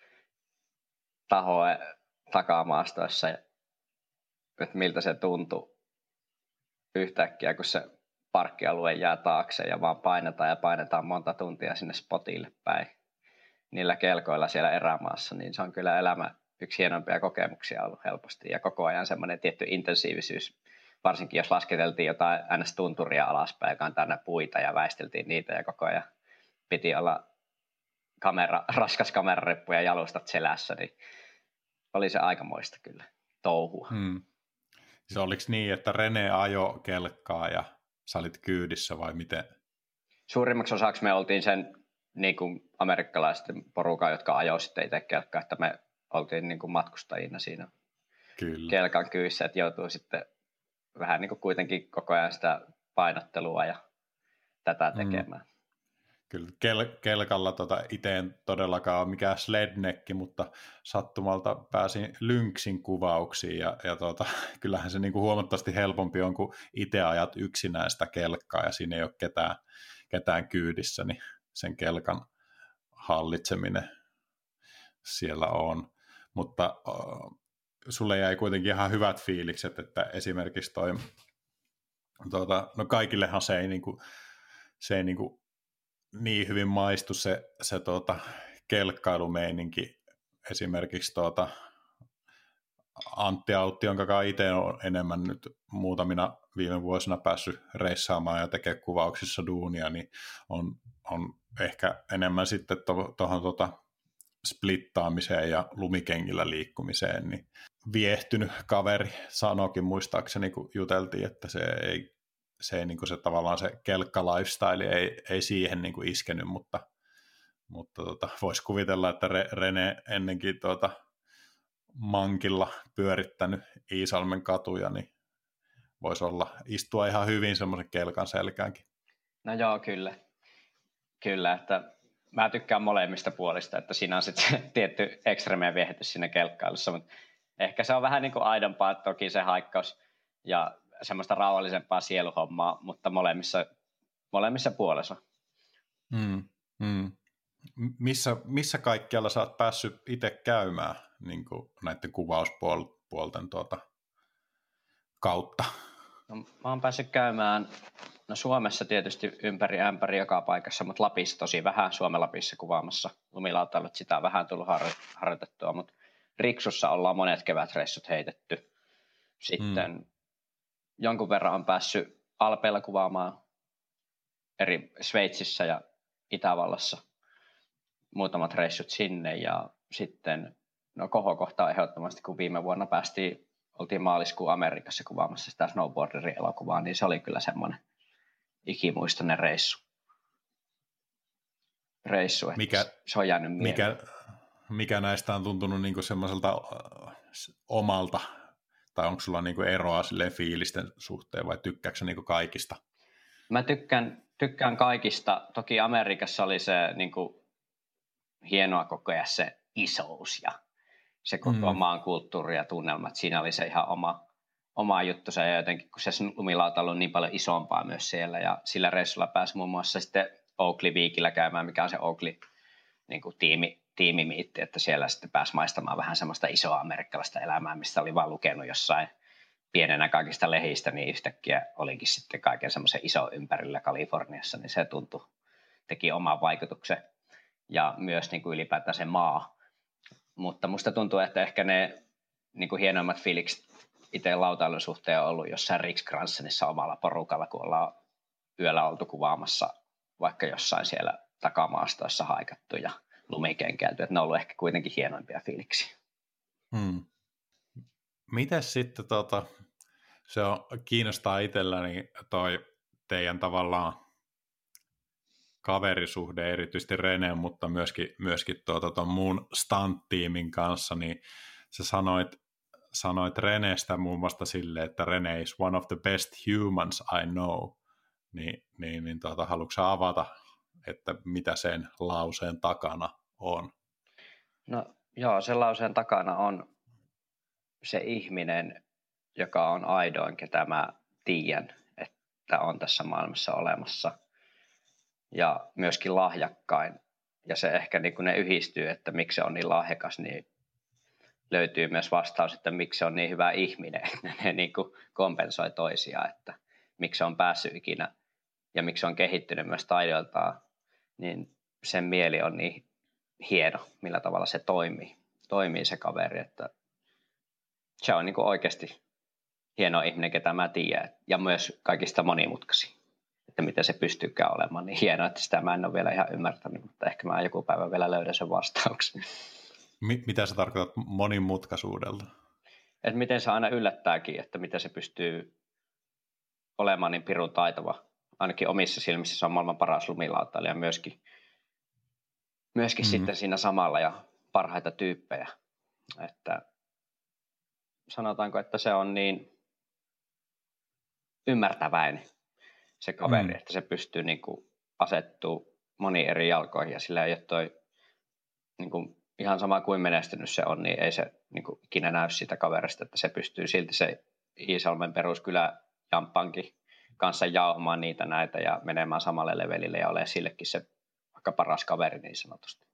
tahoe takamaastoissa, että miltä se tuntui yhtäkkiä, kun se parkkialue jää taakse ja vaan painetaan ja painetaan monta tuntia sinne spotille päin niillä kelkoilla siellä erämaassa, niin se on kyllä elämä yksi hienompia kokemuksia ollut helposti ja koko ajan semmoinen tietty intensiivisyys, varsinkin jos lasketeltiin jotain ns-tunturia alaspäin ja kantaa puita ja väisteltiin niitä ja koko ajan piti olla kamera, raskas kamerareppu ja jalustat selässä, niin oli se aikamoista kyllä touhua. Hmm. Se oliko niin, että Rene ajo kelkkaa ja sä olit kyydissä vai miten? Suurimmaksi osaksi me oltiin sen niin kuin amerikkalaisten porukan, jotka ajoi sitten itse kelkkaa, että me oltiin niin kuin matkustajina siinä kyllä. kelkan kyydissä, että joutuu sitten vähän niin kuin kuitenkin koko ajan sitä painottelua ja tätä tekemään. Hmm. Kyllä kel- kelkalla tota itse en todellakaan ole mikään slednekki, mutta sattumalta pääsin Lynxin kuvauksiin ja, ja tota, kyllähän se niinku huomattavasti helpompi on, kun itse ajat yksinään sitä kelkkaa ja siinä ei ole ketään, ketään kyydissä, niin sen kelkan hallitseminen siellä on. Mutta uh, sulle jäi kuitenkin ihan hyvät fiilikset, että esimerkiksi toi, tuota, no kaikillehan se ei niinku, se ei niinku niin hyvin maistu se, se tuota, kelkkailumeininki. Esimerkiksi tuota, Antti Autti, jonka itse on enemmän nyt muutamina viime vuosina päässyt reissaamaan ja tekemään kuvauksissa duunia, niin on, on ehkä enemmän sitten tuohon to, tuota, splittaamiseen ja lumikengillä liikkumiseen, niin viehtynyt kaveri sanoikin muistaakseni, kun juteltiin, että se ei se, ei, niin kuin se tavallaan se kelkka-lifestyle ei, ei siihen niin kuin iskenyt, mutta, mutta tota, voisi kuvitella, että Rene ennenkin tuota mankilla pyörittänyt Iisalmen katuja, niin voisi olla istua ihan hyvin semmoisen kelkan selkäänkin. No joo, kyllä. Kyllä, että mä tykkään molemmista puolista, että siinä on sitten se tietty ekstremeen viehätys siinä kelkkailussa, mutta ehkä se on vähän niin kuin aidompaa, toki se haikkaus ja semmoista rauhallisempaa sieluhommaa, mutta molemmissa, molemmissa puolessa. Mm, mm. Missä, missä kaikkialla sä oot päässyt itse käymään niin kuin näiden kuvauspuolten tuota, kautta? No, mä oon päässyt käymään no Suomessa tietysti ympäri ämpäri joka paikassa, mutta Lapissa tosi vähän, Suomen Lapissa kuvaamassa lumilautailu, sitä on vähän tullut har- harjoitettua, mutta Riksussa ollaan monet kevätreissut heitetty. Sitten mm. jonkun verran on päässyt Alpeilla kuvaamaan eri Sveitsissä ja Itävallassa muutamat reissut sinne ja sitten no kohokohta ehdottomasti, kun viime vuonna päästiin, oltiin maaliskuun Amerikassa kuvaamassa sitä snowboarderin elokuvaa, niin se oli kyllä semmoinen ikimuistoinen reissu. Reissu, että mikä, se on jäänyt mikä, mikä näistä on tuntunut niinku semmoiselta uh, omalta, tai onko sulla niinku eroa silleen fiilisten suhteen, vai tykkääksä niinku kaikista? Mä tykkään, tykkään kaikista. Toki Amerikassa oli se niinku hienoa kokea se isous ja se koko mm. maan kulttuuri ja tunnelmat. Siinä oli se ihan oma, oma juttu. Se jotenkin, kun se lumilautailu on niin paljon isompaa myös siellä. Ja sillä reissulla pääsi muun muassa sitten Oakley Weekillä käymään, mikä on se Oakley niin kuin tiimi, tiimimiitti, että siellä sitten pääsi maistamaan vähän semmoista isoa amerikkalaista elämää, mistä oli vaan lukenut jossain pienenä kaikista lehistä, niin yhtäkkiä olikin sitten kaiken semmoisen iso ympärillä Kaliforniassa, niin se tuntui, teki oman vaikutuksen. Ja myös niin kuin ylipäätään se maa. Mutta musta tuntuu, että ehkä ne niin kuin hienoimmat fiilikset itse lautailun suhteen on ollut jossain Riksgränsenissa omalla porukalla, kun ollaan yöllä oltu kuvaamassa vaikka jossain siellä takamaastoissa haikattu ja lumikenkäilty. Että ne on ollut ehkä kuitenkin hienoimpia fiiliksiä. Hmm. Mites sitten, tota, se on, kiinnostaa itselläni toi teidän tavallaan kaverisuhde, erityisesti Reneen, mutta myöskin, myöskin tuota, ton muun stunt-tiimin kanssa, niin sä sanoit, sanoit Reneestä muun muassa silleen, että Rene is one of the best humans I know, niin, niin, niin tuota, haluatko sä avata, että mitä sen lauseen takana on? No joo, sen lauseen takana on se ihminen, joka on aidoin, ketä mä tiedän, että on tässä maailmassa olemassa. Ja myöskin lahjakkain. Ja se ehkä niin kun ne yhdistyy, että miksi se on niin lahjakas, niin löytyy myös vastaus, että miksi se on niin hyvä ihminen. Ne niin kuin kompensoi toisiaan, että miksi se on päässyt ikinä ja miksi se on kehittynyt myös taidoiltaan. Niin sen mieli on niin hieno, millä tavalla se toimii, toimii se kaveri. Että se on niin kuin oikeasti hieno ihminen, ketä mä tiedän. Ja myös kaikista monimutkaisin. Että miten se pystyykään olemaan niin hienoa, että sitä mä en ole vielä ihan ymmärtänyt, mutta ehkä mä joku päivä vielä löydän sen vastauksen. Mitä sä tarkoitat monimutkaisuudella? Että miten se aina yllättääkin, että miten se pystyy olemaan niin pirun taitava. Ainakin omissa silmissä se on maailman paras lumilautailija myöskin, myöskin mm. sitten siinä samalla ja parhaita tyyppejä. Että sanotaanko, että se on niin ymmärtäväinen se kaveri, mm. että se pystyy niin kuin asettumaan moniin eri jalkoihin ja sillä ei ole toi, niin kuin, ihan sama kuin menestynyt se on, niin ei se niin kuin, ikinä näy siitä kaverista, että se pystyy silti se Iisalmen peruskylä Jamppankin kanssa jauhamaan niitä näitä ja menemään samalle levelille ja olemaan sillekin se vaikka paras kaveri niin sanotusti.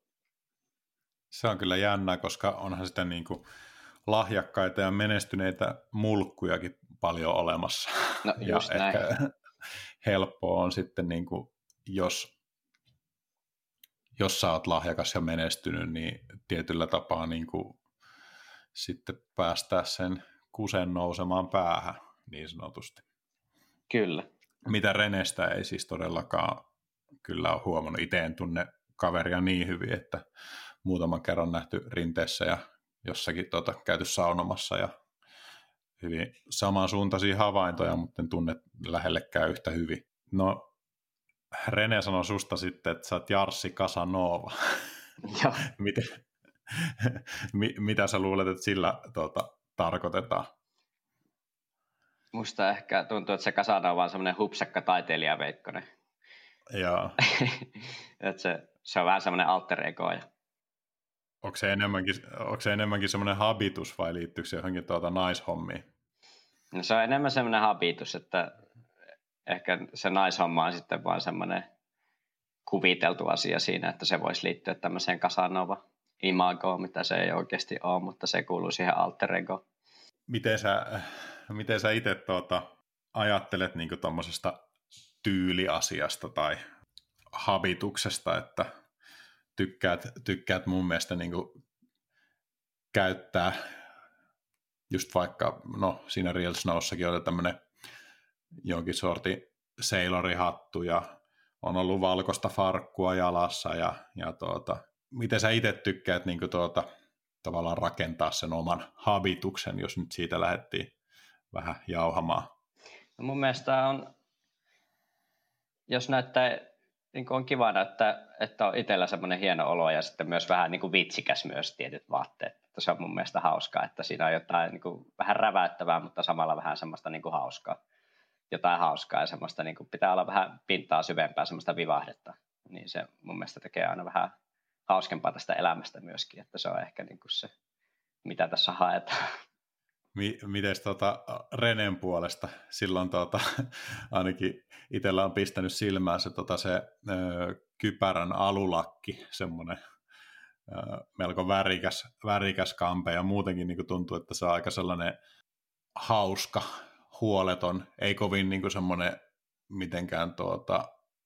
Se on kyllä jännää, koska onhan sitä niin kuin lahjakkaita ja menestyneitä mulkkujakin paljon olemassa. No just ja näin. Ehkä helppoa on sitten, niin kuin, jos, jos sä oot lahjakas ja menestynyt, niin tietyllä tapaa niin kuin, sitten päästää sen kusen nousemaan päähän, niin sanotusti. Kyllä. Mitä Renestä ei siis todellakaan kyllä ole huomannut. Itse en tunne kaveria niin hyvin, että muutaman kerran nähty rinteessä ja jossakin tuota, käyty saunomassa ja hyvin samansuuntaisia havaintoja, mutta en tunne lähellekään yhtä hyvin. No, Rene sanoi susta sitten, että sä oot Jarssi Casanova. Joo. Miten, mitä sä luulet, että sillä tuota, tarkoitetaan? Musta ehkä tuntuu, että se Casanova on semmoinen hupsakka taiteilija Veikkonen. Joo. että se, se on vähän semmoinen alter ego. Ja... Onko se enemmänkin, onko se enemmänkin semmoinen habitus vai liittyykö se johonkin tuota naishommiin? No se on enemmän semmoinen habitus, että ehkä se naishomma on sitten vaan semmoinen kuviteltu asia siinä, että se voisi liittyä tämmöiseen Casanova-imagoon, mitä se ei oikeasti ole, mutta se kuuluu siihen alter egoon. Miten sä, miten sä itse tuota, ajattelet niin tuommoisesta tyyliasiasta tai habituksesta, että tykkäät, tykkäät mun mielestä niin käyttää just vaikka, no siinä Real Snowssakin oli tämmöinen jonkin sortin sailorihattu ja on ollut valkoista farkkua jalassa ja, ja tuota, miten sä itse tykkäät niin tuota, tavallaan rakentaa sen oman habituksen, jos nyt siitä lähdettiin vähän jauhamaan? No mun mielestä on, jos näyttää, niin on kiva näyttää, että on itsellä semmoinen hieno olo ja sitten myös vähän niin kuin vitsikäs myös tietyt vaatteet. Että se on mun mielestä hauskaa, että siinä on jotain niin kuin vähän räväyttävää, mutta samalla vähän semmoista niin kuin hauskaa. Jotain hauskaa ja semmoista niin kuin pitää olla vähän pintaa syvempää, semmoista vivahdetta. Niin se mun mielestä tekee aina vähän hauskempaa tästä elämästä myöskin, että se on ehkä niin kuin se, mitä tässä haetaan. Miten tota Renen puolesta? Silloin tota, ainakin itsellä on pistänyt silmään se, tota, se ö, kypärän alulakki, semmoinen ö, melko värikäs, värikäs kampe, ja muutenkin niin kuin tuntuu, että se on aika sellainen hauska, huoleton, ei kovin niin kuin semmoinen mitenkään, tuota,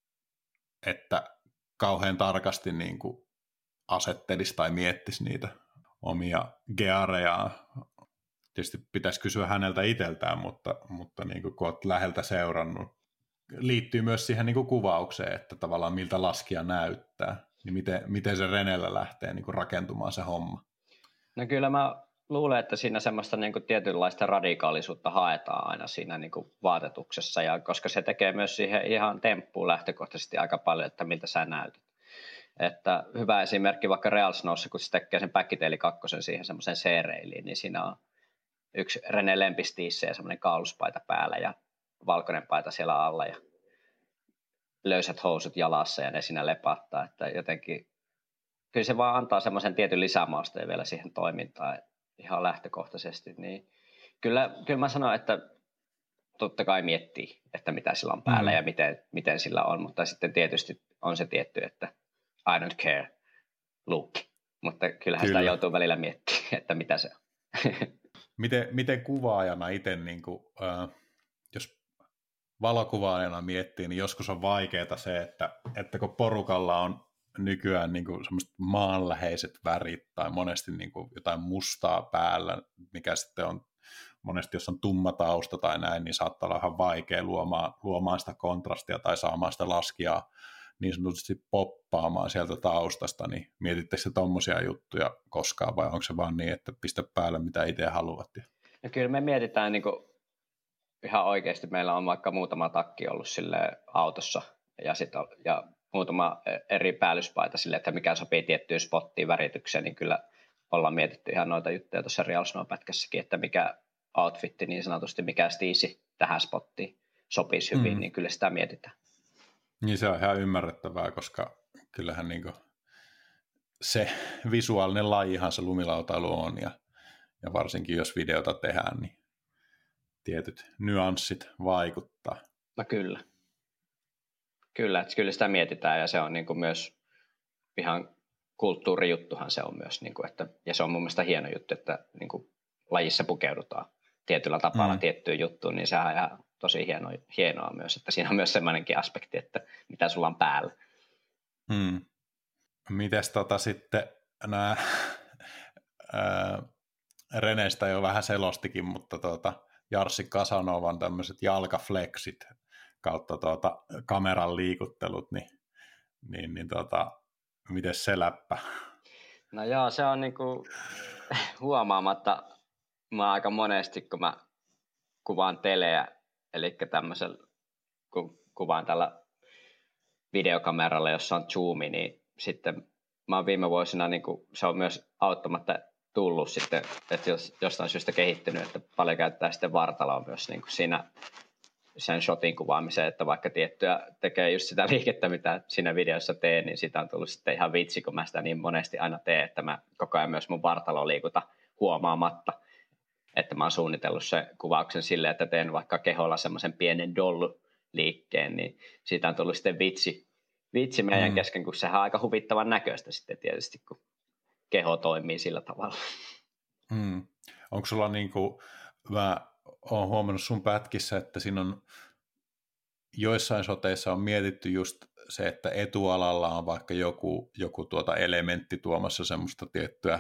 että kauhean tarkasti niin kuin asettelisi tai miettisi niitä omia gearejaan. Tietysti pitäisi kysyä häneltä itseltään, mutta, mutta niin kuin, kun olet läheltä seurannut, liittyy myös siihen niin kuin kuvaukseen, että tavallaan miltä laskija näyttää, niin miten, miten se Renellä lähtee niin kuin rakentumaan se homma? No kyllä mä luulen, että siinä semmoista niin kuin tietynlaista radikaalisuutta haetaan aina siinä niin kuin vaatetuksessa, ja koska se tekee myös siihen ihan temppuun lähtökohtaisesti aika paljon, että miltä sä näytät. Että hyvä esimerkki vaikka Real Snowssa, kun se tekee sen Backitaili kakkosen siihen semmoiseen C-reiliin, niin siinä on yksi René lempistiissä ja semmoinen kauluspaita päällä ja valkoinen paita siellä alla ja löysät housut jalassa ja ne siinä lepattaa, että jotenkin kyllä se vaan antaa semmoisen tietyn lisämausteen vielä siihen toimintaan ihan lähtökohtaisesti, niin kyllä, kyllä mä sanon, että totta kai miettii, että mitä sillä on päällä mm. ja miten, miten sillä on, mutta sitten tietysti on se tietty, että I don't care look, mutta kyllähän kyllä sitä joutuu välillä miettimään, että mitä se on. Miten, miten kuvaajana itse, niin kuin, äh, jos valokuvaajana miettii, niin joskus on vaikeaa se, että, että kun porukalla on nykyään niin kuin semmoiset maanläheiset värit tai monesti niin kuin jotain mustaa päällä, mikä sitten on monesti, jos on tumma tausta tai näin, niin saattaa olla ihan vaikea luomaan, luomaan sitä kontrastia tai saamaan sitä laskijaa niin sanotusti poppaamaan sieltä taustasta, niin mietittekö se tommosia juttuja koskaan vai onko se vaan niin, että pistä päälle mitä itse haluat? No kyllä me mietitään niin kuin ihan oikeasti, meillä on vaikka muutama takki ollut sille autossa ja, sit, ja muutama eri päällyspaita sille, että mikä sopii tiettyyn spottiin väritykseen, niin kyllä ollaan mietitty ihan noita juttuja tuossa Real Snow-pätkässäkin, että mikä outfitti niin sanotusti, mikä stiisi tähän spottiin sopisi hyvin, mm. niin kyllä sitä mietitään. Niin se on ihan ymmärrettävää, koska kyllähän niin kuin se visuaalinen lajihan se lumilautailu on, ja, ja varsinkin jos videota tehdään, niin tietyt nyanssit vaikuttaa. No kyllä. Kyllä, että kyllä sitä mietitään, ja se on niin kuin myös ihan kulttuurijuttuhan se on myös, niin kuin, että, ja se on mun mielestä hieno juttu, että niin kuin lajissa pukeudutaan tietyllä tapalla mm. tiettyyn juttuun, niin sehän on ihan tosi hieno, hienoa myös, että siinä on myös semmoinenkin aspekti, että mitä sulla on päällä. Hmm. Mites tota sitten nämä Renestä jo vähän selostikin, mutta tuota, Jarssi Casanovan tämmöiset jalkaflexit kautta tuota, kameran liikuttelut, niin, niin, niin tuota, miten se läppä? No joo, se on niinku huomaamatta mä aika monesti, kun mä kuvaan teleä, eli tämmöisellä, kun kuvaan tällä videokameralla, jossa on zoomi, niin sitten mä oon viime vuosina, niin kuin, se on myös auttamatta tullut sitten, että jos, jostain syystä kehittynyt, että paljon käyttää sitten vartaloa myös niin kuin siinä sen shotin kuvaamiseen, että vaikka tiettyä tekee just sitä liikettä, mitä siinä videossa teen, niin sitä on tullut sitten ihan vitsi, kun mä sitä niin monesti aina teen, että mä koko ajan myös mun vartalo liikuta huomaamatta, että mä oon suunnitellut sen kuvauksen silleen, että teen vaikka keholla semmoisen pienen dollu-liikkeen, niin siitä on tullut sitten vitsi, vitsi meidän mm. kesken, kun sehän on aika huvittavan näköistä sitten tietysti, kun keho toimii sillä tavalla. Mm. Onko sulla niin kuin, mä oon huomannut sun pätkissä, että siinä on joissain shoteissa on mietitty just se, että etualalla on vaikka joku, joku tuota elementti tuomassa semmoista tiettyä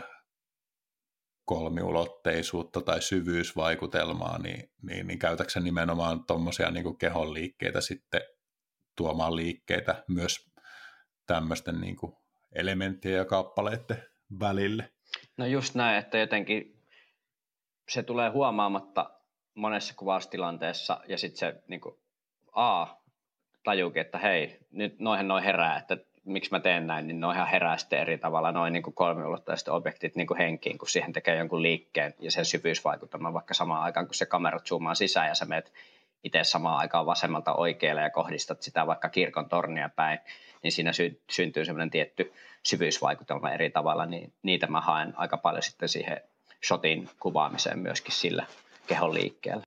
kolmiulotteisuutta tai syvyysvaikutelmaa, niin, niin, niin käytätkö nimenomaan tuommoisia niin kuin kehon liikkeitä sitten tuomaan liikkeitä myös tämmöisten niin kuin elementtien ja kappaleiden välille? No just näin, että jotenkin se tulee huomaamatta monessa kuvaustilanteessa ja sitten se niin kuin, A tajuukin, että hei, nyt noihin noin herää, että miksi mä teen näin, niin noihan herää sitten eri tavalla noin niin kuin kolmiulotteiset objektit niin kuin henkiin, kun siihen tekee jonkun liikkeen ja sen syvyysvaikutelman vaikka samaan aikaan, kun se kamera zoomaa sisään ja sä meet itse samaan aikaan vasemmalta oikealle ja kohdistat sitä vaikka kirkon tornia päin, niin siinä sy- syntyy semmoinen tietty syvyysvaikutelma eri tavalla, niin niitä mä haen aika paljon sitten siihen shotin kuvaamiseen myöskin sillä kehon liikkeellä.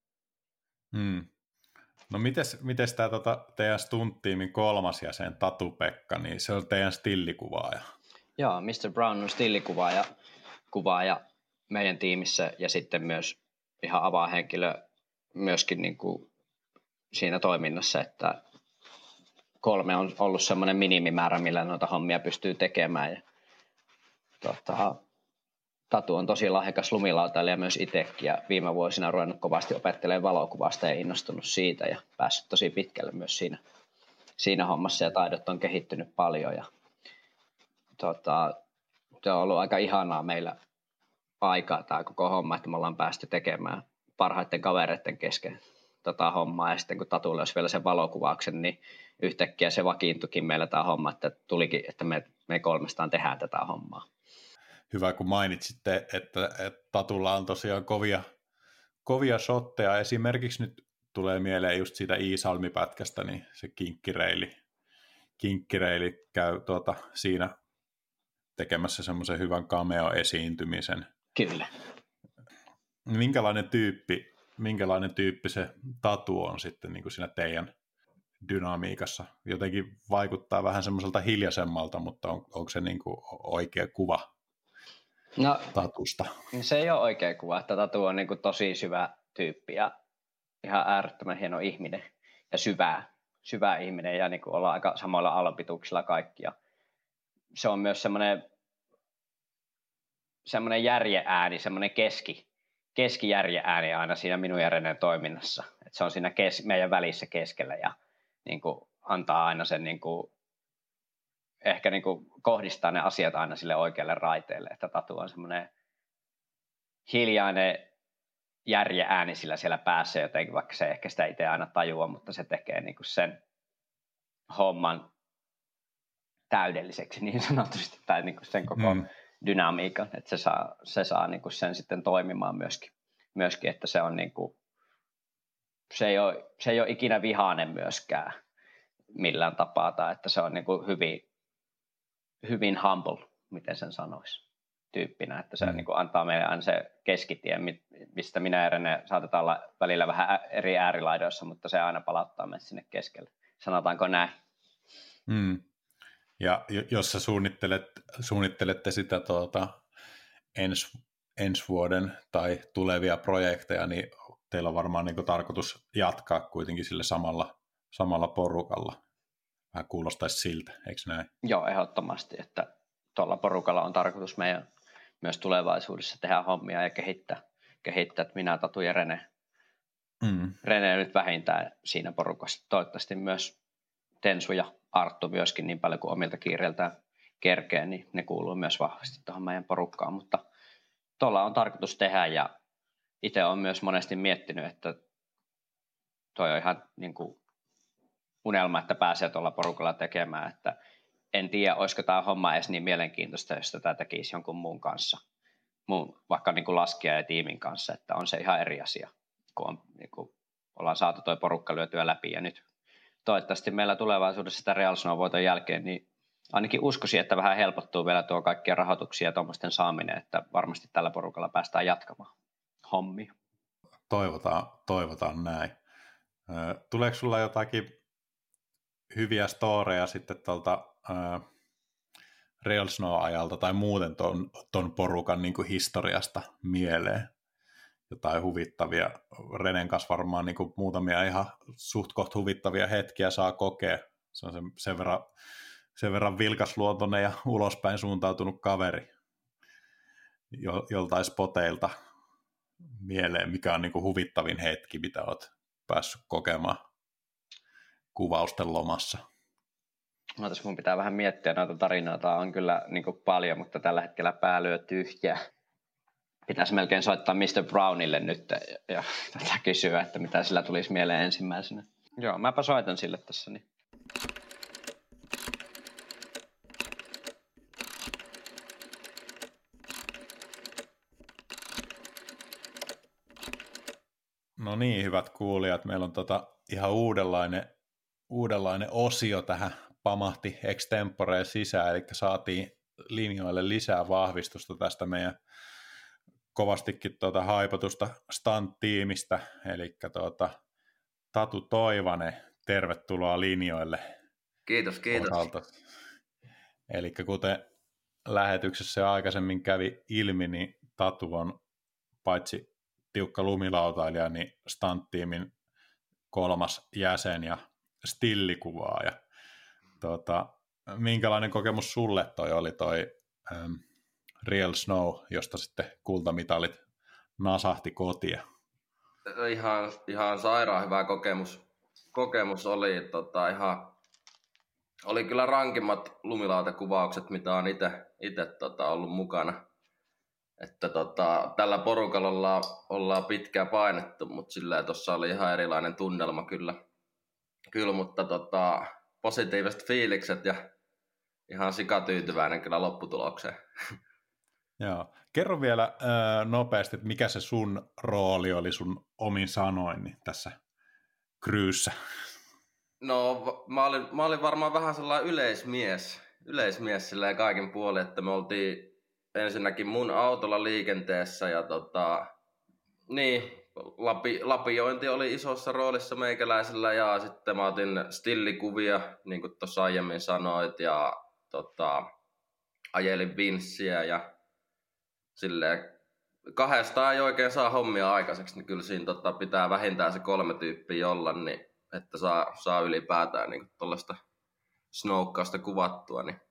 Hmm. No mites, mites tämä tota, teidän stunt-tiimin kolmas jäsen, Tatu-Pekka, niin se on teidän stillikuvaaja? Joo, mister Brown on stillikuvaaja kuvaaja meidän tiimissä ja sitten myös ihan avainhenkilö myöskin niin kuin siinä toiminnassa, että kolme on ollut semmoinen minimimäärä, millä noita hommia pystyy tekemään. Ja, tota, Tatu on tosi lahjakas lumilautailija myös itsekin ja viime vuosina ruvennut kovasti opettelemaan valokuvasta ja innostunut siitä ja päässyt tosi pitkälle myös siinä, siinä hommassa ja taidot on kehittynyt paljon. Ja, tota, se on ollut aika ihanaa meillä aikaa tämä koko homma, että me ollaan päästy tekemään parhaiten kavereiden kesken tota hommaa ja sitten kun Tatulle olisi vielä sen valokuvauksen, niin yhtäkkiä se vakiintuikin meillä tämä homma, että tulikin, että me, me kolmestaan tehdään tätä hommaa. Hyvä, kun mainitsitte, että, että Tatulla on tosiaan kovia, kovia shotteja. Esimerkiksi nyt tulee mieleen just siitä Iisalmi-pätkästä, niin se kinkkireili, kinkkireili käy tuota, siinä tekemässä semmoisen hyvän cameo-esiintymisen. Kyllä. Minkälainen tyyppi, minkälainen tyyppi se Tatu on sitten niin kuin siinä teidän dynamiikassa? Jotenkin vaikuttaa vähän semmoiselta hiljaisemmalta, mutta on, onko se niin kuin oikea kuva no, Tatusta? Se ei ole oikea kuva, että Tatu on niin kuin tosi syvä tyyppi ja ihan äärettömän hieno ihminen ja syvä, syvä ihminen ja niin kuin ollaan aika samoilla aallonpituuksilla kaikki. Ja se on myös semmoinen, semmoinen järjeääni, semmoinen keski, keskijärjeääni aina siinä minun ja Reneen toiminnassa. Et se on siinä kes, meidän välissä keskellä ja niin kuin antaa aina sen, niin kuin, ehkä niin kuin kohdistaa ne asiat aina sille oikealle raiteelle. Että Tatu on semmoinen hiljainen järjeääni sillä siellä päässä jotenkin, vaikka se ehkä sitä itse aina tajua, mutta se tekee niin kuin sen homman täydelliseksi niin sanotusti, tai niin kuin sen koko mm. dynamiikan, että se saa, se saa niin kuin sen sitten toimimaan myöskin, myöskin että se on niin kuin, se ei ole, se ei ole ikinä vihainen myöskään millään tapaa, tai että se on niin kuin hyvin, hyvin humble, miten sen sanoisi, tyyppinä, että se mm. niin kuin antaa meille aina se keskitie, mistä minä ja Rene saatetaan olla välillä vähän eri äärilaidoissa, mutta se aina palauttaa meidät sinne keskelle. Sanotaanko näin? Mm. Ja jos sä suunnittelet, suunnittelette sitä tuota, ens, ensi vuoden tai tulevia projekteja, niin teillä on varmaan niin kuin tarkoitus jatkaa kuitenkin sille samalla, samalla porukalla. Vähän kuulostaisi siltä, eikö näin? Joo, ehdottomasti, että tuolla porukalla on tarkoitus meidän myös tulevaisuudessa tehdä hommia ja kehittää, kehittää että minä, Tatu ja Rene. Mm. Rene nyt vähintään siinä porukassa. Toivottavasti myös Tensu ja Arttu myöskin niin paljon kuin omilta kiireiltään kerkee, niin ne kuuluu myös vahvasti tuohon meidän porukkaan, mutta tuolla on tarkoitus tehdä ja itse olen myös monesti miettinyt, että toi on ihan niin kuin unelma, että pääsee tuolla porukalla tekemään, että en tiedä, olisiko tämä homma edes niin mielenkiintoista, jos tätä tekisi jonkun muun kanssa, muun, vaikka niin kuin laskija ja tiimin kanssa, että on se ihan eri asia, kun on niin kuin ollaan saatu toi porukka lyötyä läpi ja nyt toivottavasti meillä tulevaisuudessa sitä Real Snow-voiton jälkeen, niin ainakin uskoisin, että vähän helpottuu vielä tuo kaikkien rahoituksia ja tuommoisten saaminen, että varmasti tällä porukalla päästään jatkamaan hommia. Toivotaan, toivotaan näin. Tuleeko sulla jotakin hyviä storeja sitten tuolta äh, Real Snow-ajalta tai muuten ton, ton porukan niin kuin historiasta mieleen? Jotain huvittavia. Renen kanssa varmaan niin kuin muutamia ihan suht koht huvittavia hetkiä saa kokea. Se on sen, sen, verran, sen verran vilkasluontoinen ja ulospäin suuntautunut kaveri jo, joltain spoteilta mieleen, mikä on niin kuin huvittavin hetki, mitä olet päässyt kokemaan kuvausten lomassa. No tässä mun pitää vähän miettiä noita tarinoita, on kyllä niin kuin paljon, mutta tällä hetkellä pää lyö tyhjää. Pitäisi melkein soittaa mister Brownille nyt ja, ja tätä kysyä, että mitä sillä tulisi mieleen ensimmäisenä. Joo, mäpä soitan sille tässä. Niin. No niin, hyvät kuulijat, meillä on tota ihan uudenlainen, uudenlainen osio tähän pamahti extemporeen sisään, eli saatiin linjoille lisää vahvistusta tästä meidän kovastikin tuota haipatusta stunt-tiimistä, eli tuota, Tatu Toivanen, tervetuloa linjoille. Kiitos, kiitos. Osalta. Eli kuten lähetyksessä jo aikaisemmin kävi ilmi, niin Tatu on paitsi tiukka lumilautailija, niin stunt-tiimin kolmas jäsen ja stillikuvaaja. Tuota, minkälainen kokemus sulle toi oli toi ähm, Real Snow, josta sitten kultamitalit nasahti kotia? Ihan, ihan sairaan hyvä kokemus, kokemus oli. Tota, ihan, oli kyllä rankimmat lumilautakuvaukset, mitä on itse tota, ollut mukana. Että tota, tällä porukalla ollaan, ollaan pitkään painettu, mutta silleen tuossa oli ihan erilainen tunnelma kyllä. Kyllä, mutta tota, positiiviset fiilikset ja ihan sikatyytyväinen kyllä lopputulokseen. Joo. Kerro vielä äh, nopeasti, että mikä se sun rooli oli sun omin sanoin niin tässä kryyssä? No mä olin, mä olin varmaan vähän sellainen yleismies, yleismies silleen kaikin puolin, että me oltiin ensinnäkin mun autolla liikenteessä ja tota, niin, lapi, lapiointi oli isossa roolissa meikäläisellä ja sitten mä otin stillikuvia, niin kuin tuossa aiemmin sanoit, ja tota, ajelin vinssiä ja silleen kahdestaan ei oikein saa hommia aikaiseksi, niin kyllä siinä tota, pitää vähintään se kolme tyyppiä olla, niin, että saa, saa ylipäätään niin tuollaista snoukkausta kuvattua. Niin.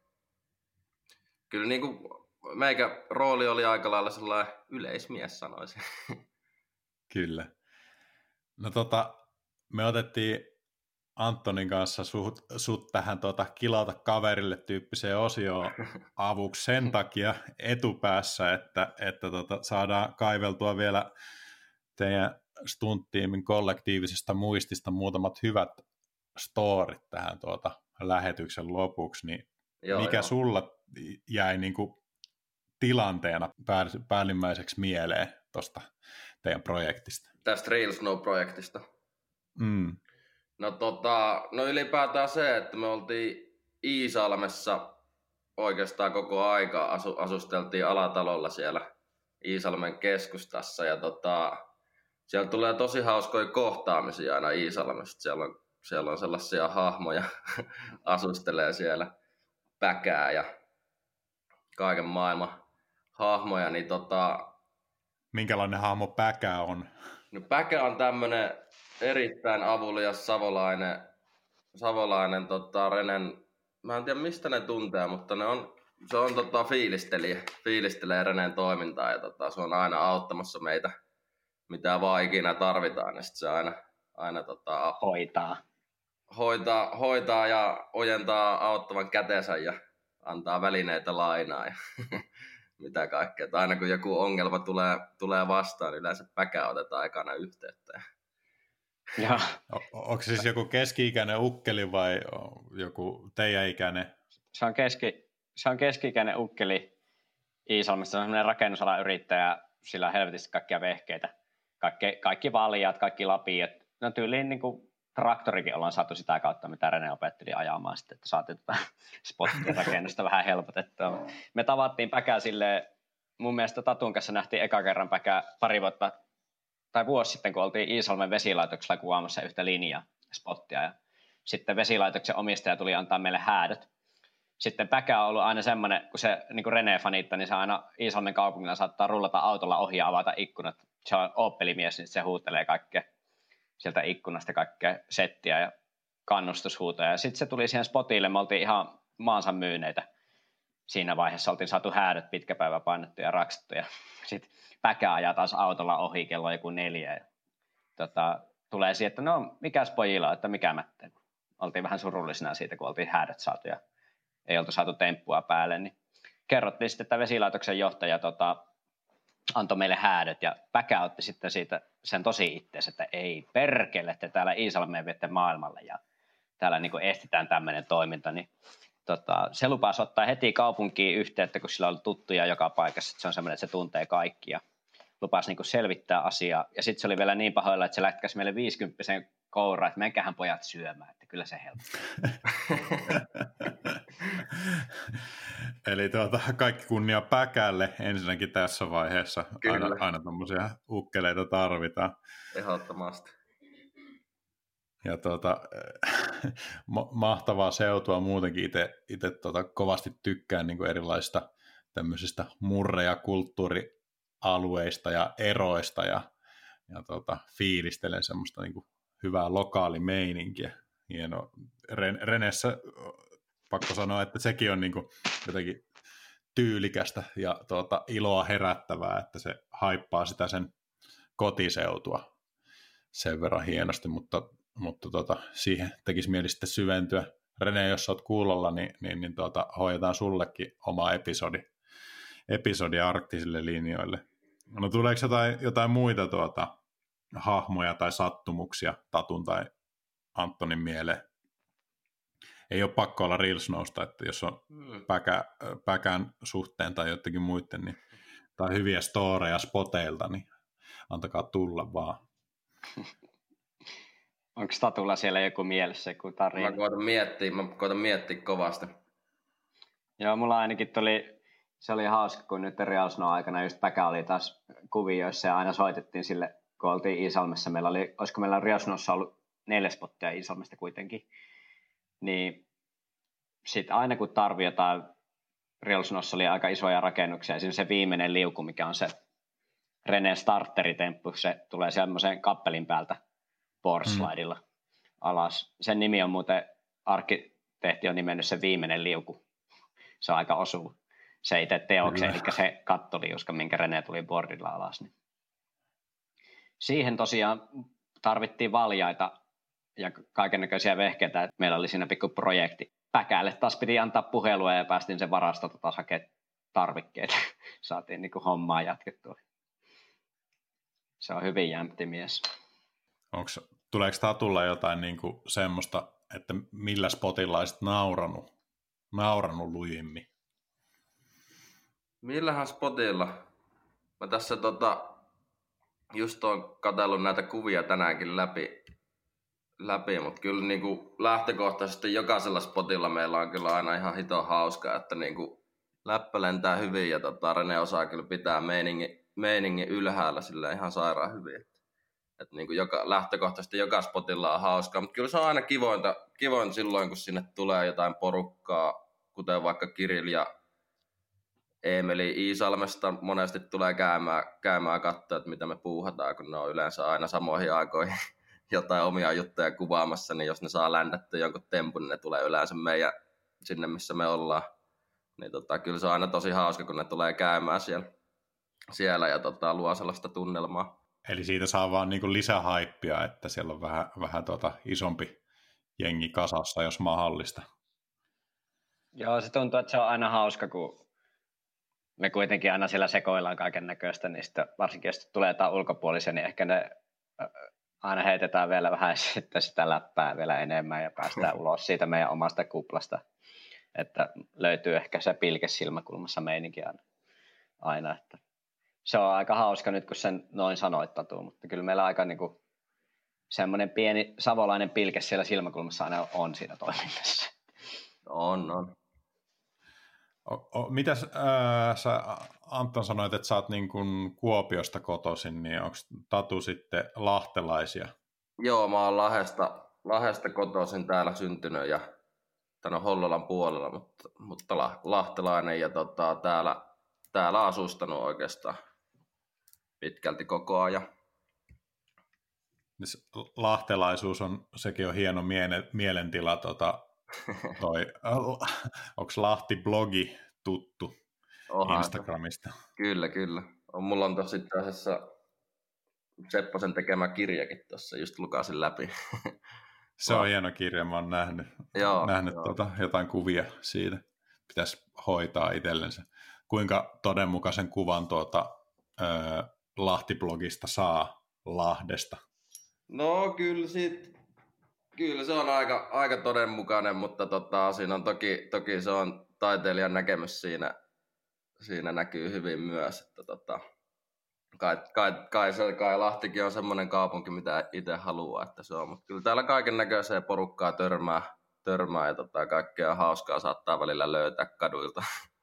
Kyllä niin kuin, meikä rooli oli aika lailla sellainen yleismies, sanoisin. Kyllä. No tota, me otettiin Antonin kanssa sut, sut tähän tota, kilauta kaverille tyyppiseen osioon avuksi sen takia etupäässä, että, että tota, saadaan kaiveltua vielä teidän stunt-tiimin kollektiivisesta muistista muutamat hyvät storit tähän tuota, lähetyksen lopuksi. Niin joo, mikä joo. sulla jäi niin kuin, tilanteena päällimmäiseksi mieleen tuosta teidän projektista? Tästä Real Snow-projektista? Mm. No, tota, no ylipäätään se, että me oltiin Iisalmessa oikeastaan koko aika, asu, asusteltiin Alatalolla siellä Iisalmen keskustassa ja tota, siellä tulee tosi hauskoja kohtaamisia aina Iisalmesta. Siellä on, siellä on sellaisia hahmoja, asustelee siellä päkää ja kaiken maailman hahmoja. Niin tota, minkälainen hahmo päkä on? No päkä on tämmönen erittäin avulias savolainen, savolainen tota, Renen, mä en tiedä mistä ne tuntee, mutta ne on, se on tota, fiilistelijä, fiilistelee Renen toimintaa ja tota, se on aina auttamassa meitä, mitä vaan ikinä tarvitaan, ja sit se aina, aina tota, hoitaa. Hoitaa, hoitaa ja ojentaa auttavan kätensä ja antaa välineitä lainaa ja mitä kaikkea. Että aina kun joku ongelma tulee, tulee vastaan, niin yleensä päkä otetaan ekana yhteyttä. Ja. O- onko siis joku keski-ikäinen ukkeli vai joku teidän ikäinen? Se on, keski, se on keski-ikäinen ukkeli Iisalmessa. Se on sellainen rakennusalan yrittäjä, sillä on helvetisti kaikkia vehkeitä. Kaikki, kaikki valjat, kaikki lapiot, no tyyliin niin kuin traktorikin ollaan saatu sitä kautta, mitä Rene opetteli ajamaan sitten, että saatiin tätä spottin rakennusta vähän helpotettua. Me tavattiin Päkää silleen, mun mielestä Tatun kanssa nähtiin eka kerran Päkää pari vuotta, tai vuosi sitten, kun oltiin Iisalmen vesilaitoksella kuvaamassa yhtä linjaa, spottia, ja sitten vesilaitoksen omistaja tuli antaa meille häädöt. Sitten Päkä on ollut aina semmoinen, kun se niin kuin Rene fanitta, niin se aina Iisalmen kaupungilla saattaa rullata autolla ohi ja avata ikkunat. Se on Opel-mies, niin se huutelee kaikkea sieltä ikkunasta kaikkea settiä ja kannustushuutoja. Ja sitten se tuli siihen spotille, me oltiin ihan maansa myyneitä. Siinä vaiheessa oltiin saatu häädöt, pitkä päivä painettu ja raksattu. Ja sitten Päkä ajaa taas autolla ohi, kello on joku neljä. Ja, tota, tulee siihen, että no mikäs pojilla on, että mikä mätteen. Oltiin vähän surullisena siitä, kun oltiin häädöt saatu ja ei oltu saatu temppua päälle. Niin kerrottiin sitten, että vesilaitoksen johtaja tota, antoi meille häädöt ja Päkä otti sitten siitä sen tosi itteensä, että ei perkele, että täällä Iisalmeen viette maailmalle ja täällä niin kuin estetään tämmöinen toiminta. Niin, tota, se lupasi ottaa heti kaupunkiin yhteyttä, kun sillä oli tuttuja joka paikassa, että se on semmoinen, että se tuntee kaikkia. Lupasi niin kuin selvittää asiaa ja sitten se oli vielä niin pahoilla, että se lätkäsi meille viisikymppisen kouraan, että menkähän pojat syömään, että kyllä se helpottaa. Eli tuota, kaikki kunnia Päkälle ensinnäkin tässä vaiheessa. Kyllä. Aina, aina tuommoisia ukkeleita tarvitaan. Ehdottomasti. Ja tuota, mahtavaa seutua muutenkin. Itse tuota, kovasti tykkään niin kuin erilaisista tämmöisistä murre- ja kulttuurialueista ja eroista ja, ja tuota, fiilistelen semmoista niin kuin hyvää lokaalimeininkiä. Hieno. Renessä pakko sanoa, että sekin on niin kuin jotenkin tyylikästä ja tuota, iloa herättävää, että se haippaa sitä sen kotiseutua sen verran hienosti, mutta, mutta tuota, siihen tekisi mieli sitten syventyä. Rene, jos olet kuulolla, niin, niin, niin tuota, hoidetaan sullekin oma episodi, episodi arktisille linjoille. No tuleeko jotain, jotain muita tuota, hahmoja tai sattumuksia Tatun tai Antonin mieleen? Ei ole pakko olla Reels nousta, että jos on päkä, Päkän suhteen tai jotenkin muiden, niin, tai hyviä storeja spoteilta, niin antakaa tulla vaan. Onko Tatulla siellä joku mielessä, joku tarina? Mä koitan miettiä, mä koitan miettiä kovasti. Joo, mulla ainakin tuli, se oli hauska, kun nyt Real Snow aikana just Päkä oli taas kuvioissa ja aina soitettiin sille, kun oltiin Iisalmessa. Meillä oli, olisiko meillä Real Snowssa ollut neljä spottia Iisalmesta kuitenkin. Niin sitten aina kun tarvii jotain, Real Snowssa oli aika isoja rakennuksia, esimerkiksi se viimeinen liuku, mikä on se René starteritemppu, se tulee semmoisen kappelin päältä boardslidella mm. alas. Sen nimi on muuten, arkkitehti on nimennyt sen viimeinen liuku. Se on aika osuva. Se itse teoksen, eli se kattoliuska, minkä René tuli boardilla alas. Niin. Siihen tosiaan tarvittiin valjaita ja kaikennäköisiä vehkeitä, että meillä oli siinä pikku projekti. Päkälle taas piti antaa puhelua ja päästiin sen varastolta taas hakemaan tarvikkeita. Saatiin niin kuin hommaa jatkettua. Se on hyvin jämpti mies. Onks, tuleeko Tatulla jotain niin kuin semmoista, että millä spotilla olisit nauranut, nauranut lujimmin? Millähän spotilla? Mä tässä tota, just oon katsellut näitä kuvia tänäänkin läpi, läpi mutta kyllä niin kuin lähtökohtaisesti jokaisella spotilla meillä on kyllä aina ihan hito hauskaa, että niin kuin läppä lentää hyvin ja tota, Rene osaa kyllä pitää meiningin, meiningin ylhäällä sillä ihan sairaan hyvin. Että, että niin kuin joka, lähtökohtaisesti joka spotilla on hauskaa, mutta kyllä se on aina kivointa, kivoin silloin, kun sinne tulee jotain porukkaa, kuten vaikka Kirill ja Eemeli Iisalmesta monesti tulee käymään, käymään katsoa, että mitä me puuhataan, kun ne on yleensä aina samoihin aikoihin jotain omia juttuja kuvaamassa, niin jos ne saa ländättyä jonkun tempun, niin ne tulee yleensä meidän sinne, missä me ollaan. Niin tota, kyllä se on aina tosi hauska, kun ne tulee käymään siellä, siellä ja tota, luo sellaista tunnelmaa. Eli siitä saa vaan niin kuin lisähaippia, että siellä on vähän, vähän tuota isompi jengi kasassa, jos mahdollista. Joo, se tuntuu, että se on aina hauska, kun me kuitenkin aina siellä sekoillaan kaiken näköistä, niin sitten varsinkin jos tulee jotain ulkopuolisia, niin ehkä ne aina heitetään vielä vähän sitten sitä läppää vielä enemmän ja päästään ulos siitä meidän omasta kuplasta. Että löytyy ehkä se pilke silmäkulmassa meininki aina. aina että se on aika hauska nyt, kun sen noin sanoit, Tatu, mutta kyllä meillä aika niin kuin semmoinen pieni savolainen pilke siellä silmäkulmassa aina on siinä toiminnassa. On, on. O, o, mitäs ää, sä Anton sanoit, että sä oot niin kuin Kuopiosta kotoisin, niin onko Tatu sitten lahtelaisia? Joo, mä oon Lahdesta, Lahdesta kotoisin täällä syntynyt ja tänne Hollolan puolella, mutta, mutta lahtelainen ja tota, täällä, täällä asustanut oikeastaan pitkälti koko ajan. Lahtelaisuus on, sekin on hieno miele, mielentila, tota, toi, onko Lahti-blogi tuttu Oha, Instagramista? Kyllä, kyllä. Mulla on tossa itse asiassa Sepposen tekemä kirjakin tuossa, just lukasin läpi. Se on hieno kirja, mä oon nähnyt, joo, nähnyt joo. Tota, jotain kuvia siitä. Pitäisi hoitaa itsellensä. Kuinka todenmukaisen kuvan tuota, ö, Lahti-blogista saa Lahdesta? No kyllä, sit, kyllä se on aika, aika todenmukainen, mutta tota, siinä on toki, toki se on taiteilijan näkemys siinä, siinä näkyy hyvin myös, että tota, kai, kai, kai, se, kai Lahtikin on semmoinen kaupunki, mitä itse haluaa, että se on, mutta kyllä täällä kaiken näköiseen porukkaa törmää, törmää ja tota, kaikkea hauskaa saattaa välillä löytää kaduilta.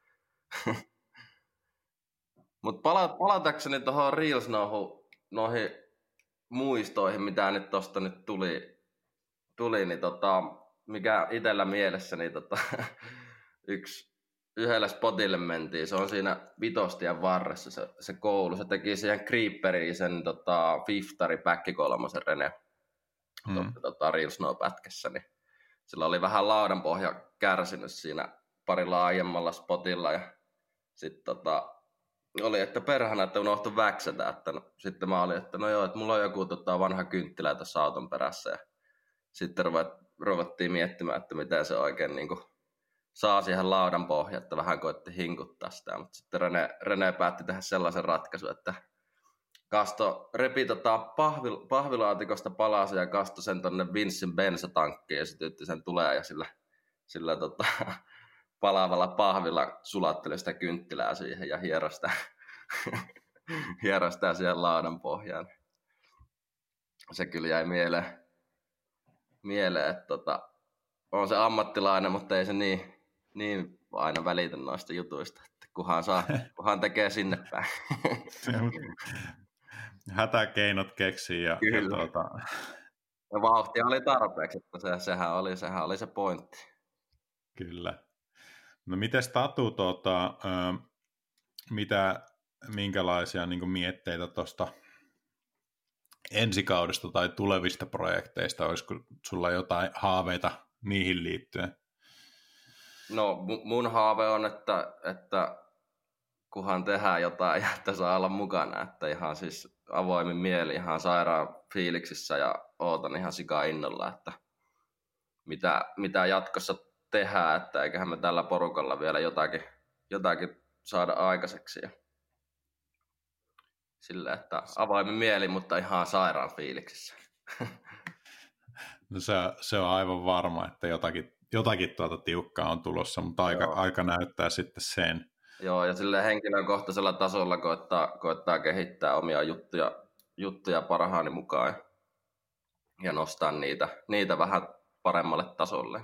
Mutta pala, palatakseni tuohon Reels noihin muistoihin, mitä nyt tosta nyt tuli, tuli niin tota, mikä itsellä mielessä, niin tota, yksi, yhdellä spotille mentiin, se on siinä Vitostien varressa se, se koulu, se teki siihen Creeperiin sen tota, Fiftari päkkikolmosen Rene hmm. tota, Reels pätkässä, niin sillä oli vähän laudanpohja kärsinyt siinä parilla aiemmalla spotilla ja sitten tota, oli, että perhana, että unohtui väksätä, että no, sitten mä olin, että no joo, että mulla on joku tota, vanha kynttilä tässä auton perässä ja sitten ruvet, ruvettiin miettimään, että miten se oikein niin kuin, saa siihen laudan pohja, että vähän koitti hinkuttaa sitä, mutta sitten Rene, Rene päätti tehdä sellaisen ratkaisun, että kasto repi tota pahvil, pahvilaatikosta palasen ja kasto sen tonne Vincin bensatankkiin ja sytytti sen tulee ja sillä, sillä tota, palaavalla pahvilla sulatteli sitä kynttilää siihen ja hieroi sitä, hieroi sitä siihen laudan pohjaan. Se kyllä jäi mieleen, mieleen että tota, on se ammattilainen, mutta ei se niin, niin aina välitä noista jutuista, että kunhan, saa, kunhan tekee sinne päin. Hätäkeinot keksii. Ja, kyllä. Ja, tuota... ja vauhtia oli tarpeeksi, että se, sehän, oli, sehän oli se pointti. Kyllä. No mites Tatu, tuota, mitä, minkälaisia niin kuin mietteitä tuosta ensikaudesta tai tulevista projekteista, olisiko sulla jotain haaveita niihin liittyen? No mun haave on, että, että kunhan tehdään jotain ja että saa olla mukana, että ihan siis avoimin mieli, ihan sairaan fiiliksissä ja ootan ihan sika innolla, että mitä, mitä jatkossa tehdään, että eiköhän me tällä porukalla vielä jotakin, jotakin saada aikaiseksi. Sillä, että avoimin mieli, mutta ihan sairaan fiiliksissä. No se, se on aivan varma, että jotakin, jotakin tuota tiukkaa on tulossa, mutta aika, aika näyttää sitten sen. Joo, ja sille henkilökohtaisella tasolla koettaa, koettaa kehittää omia juttuja, juttuja parhaani mukaan ja, ja nostaa niitä, niitä vähän paremmalle tasolle.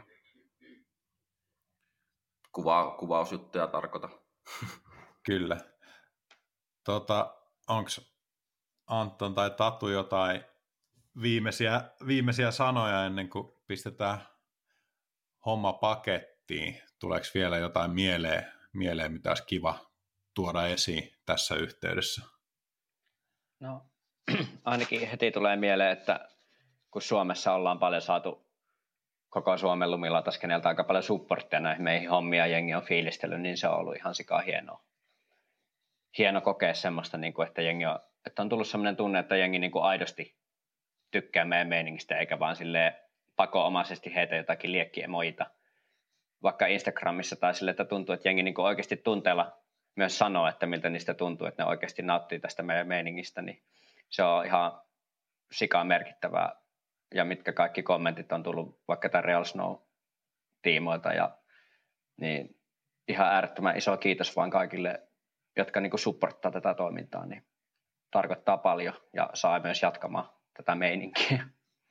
Kuva, kuvausjuttuja tarkoita. Kyllä. Tota, onko Anton tai Tatu jotain viimeisiä, viimeisiä sanoja ennen kuin pistetään homma pakettiin? Tuleeko vielä jotain mieleen, mieleen mitä olisi kiva tuoda esiin tässä yhteydessä? No, ainakin heti tulee mieleen, että kun Suomessa ollaan paljon saatu koko Suomen lumilataskeneelta aika paljon supporttia näihin meihin hommia, jengi on fiilistellyt, niin se on ollut ihan sikaa hienoa. Hieno kokea semmoista, että, jengi on, että on tullut semmoinen tunne, että jengi niin kuin aidosti tykkää meidän meiningistä, eikä vaan silleen pakoomaisesti heitä jotakin liekkiemoita. Vaikka Instagramissa tai sille, että tuntuu, että jengi niin kuin oikeasti tunteella myös sanoo, että miltä niistä tuntuu, että ne oikeasti nauttii tästä meidän meiningistä, niin se on ihan sikaa merkittävää. Ja mitkä kaikki kommentit on tullut vaikka tämän Real Snow-tiimoilta. Ja, niin ihan äärettömän iso kiitos vaan kaikille, jotka niin kuin supporttaa tätä toimintaa. Niin tarkoittaa paljon ja saa myös jatkamaan tätä meininkiä.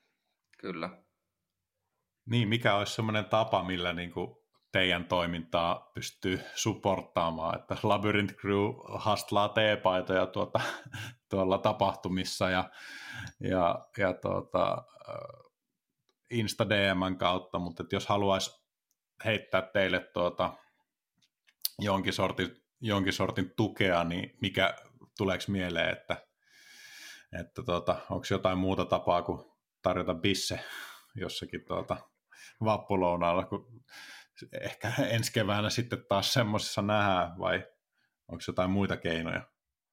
Kyllä. Niin, mikä olisi semmoinen tapa, millä niin kuin teidän toimintaa pystyy supporttaamaan, että Labyrinth Crew hastlaa teepaitoja tuota, tuolla tapahtumissa ja, ja, ja tuota, Insta D M:n kautta, mutta jos haluaisi heittää teille tuota, jonkin, sortin, jonkin sortin tukea, niin mikä tuleeko mieleen, että, että tuota, onko jotain muuta tapaa kuin tarjota bisse jossakin tuota, vappulounaalla, kun ehkä ensi keväänä sitten taas semmoisessa nähdään, vai onko jotain muita keinoja?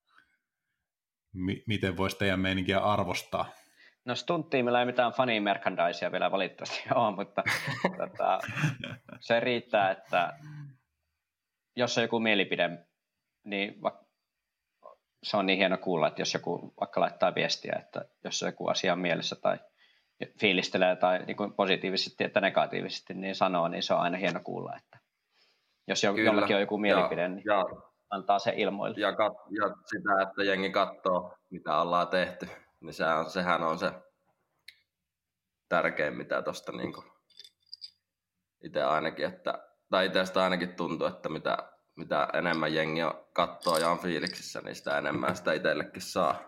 M- miten voisi teidän meininkiä arvostaa? No stunttiimilla ei mitään funny merchandisea vielä valitettavasti ole, mutta tota, se riittää, että jos on joku mielipide, niin va- se on niin hieno kuulla, että jos joku vaikka laittaa viestiä, että jos on joku asia on mielessä tai fiilistelee tai niin kuin positiivisesti että negatiivisesti, niin sanoo, niin se on aina hieno kuulla, että jos jo, jollakin on joku mielipide, ja, niin ja, antaa se ilmoille. Ja, kat, ja sitä, että jengi katsoo, mitä ollaan tehty, niin se on, sehän on se tärkein, mitä tuosta niin itse ainakin, että, tai itsestä ainakin tuntuu, että mitä, mitä enemmän jengi katsoo ja on fiiliksissä, niin sitä enemmän sitä itsellekin saa,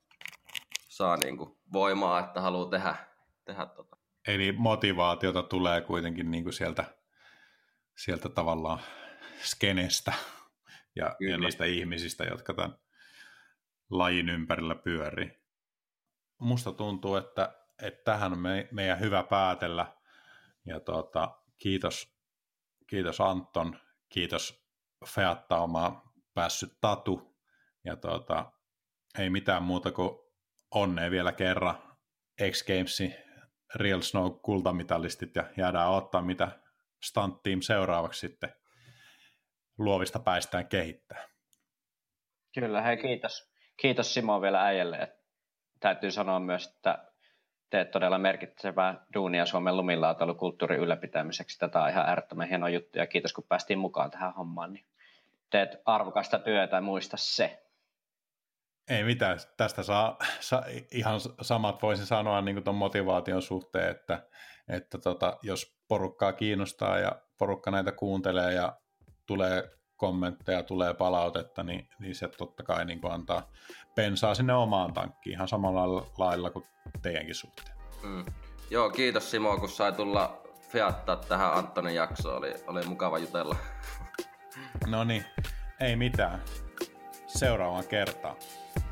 saa niin kuin voimaa, että haluaa tehdä, tehdä tota. Eli motivaatiota tulee kuitenkin niin kuin sieltä, sieltä tavallaan skenestä ja, ja niistä ihmisistä, jotka tämän lajin ympärillä pyörii. Musta tuntuu, että, että tähän on me, meidän hyvä päätellä. Ja tuota, kiitos, kiitos Anton, kiitos Feattaumaa päässyt Tatu. Ja tuota, ei mitään muuta kuin onnea vielä kerran X Gamesin Real Snow kultamitalistit ja jäädään ottaa mitä Stunt Team seuraavaksi sitten luovista päistään kehittää. Kyllä, hei kiitos. Kiitos Simo vielä äijälle. Et täytyy sanoa myös, että teet todella merkittävää duunia Suomen lumilautailukulttuurin ylläpitämiseksi. Tätä on ihan äärettömän hieno juttu ja kiitos kun päästiin mukaan tähän hommaan. Niin teet arvokasta työtä ja muista se. Ei mitään, tästä saa, saa ihan samat voisin sanoa niin kuin ton motivaation suhteen, että, että tota, jos porukkaa kiinnostaa ja porukka näitä kuuntelee ja tulee kommentteja, tulee palautetta, niin, niin se totta kai niin kuin antaa bensaa sinne omaan tankkiin ihan samalla lailla kuin teidänkin suhteen. Mm. Joo, kiitos Simo, kun sai tulla fiattaa tähän Antonin jaksoon, oli, oli mukava jutella. No niin, ei mitään. Seuraavaan kertaan.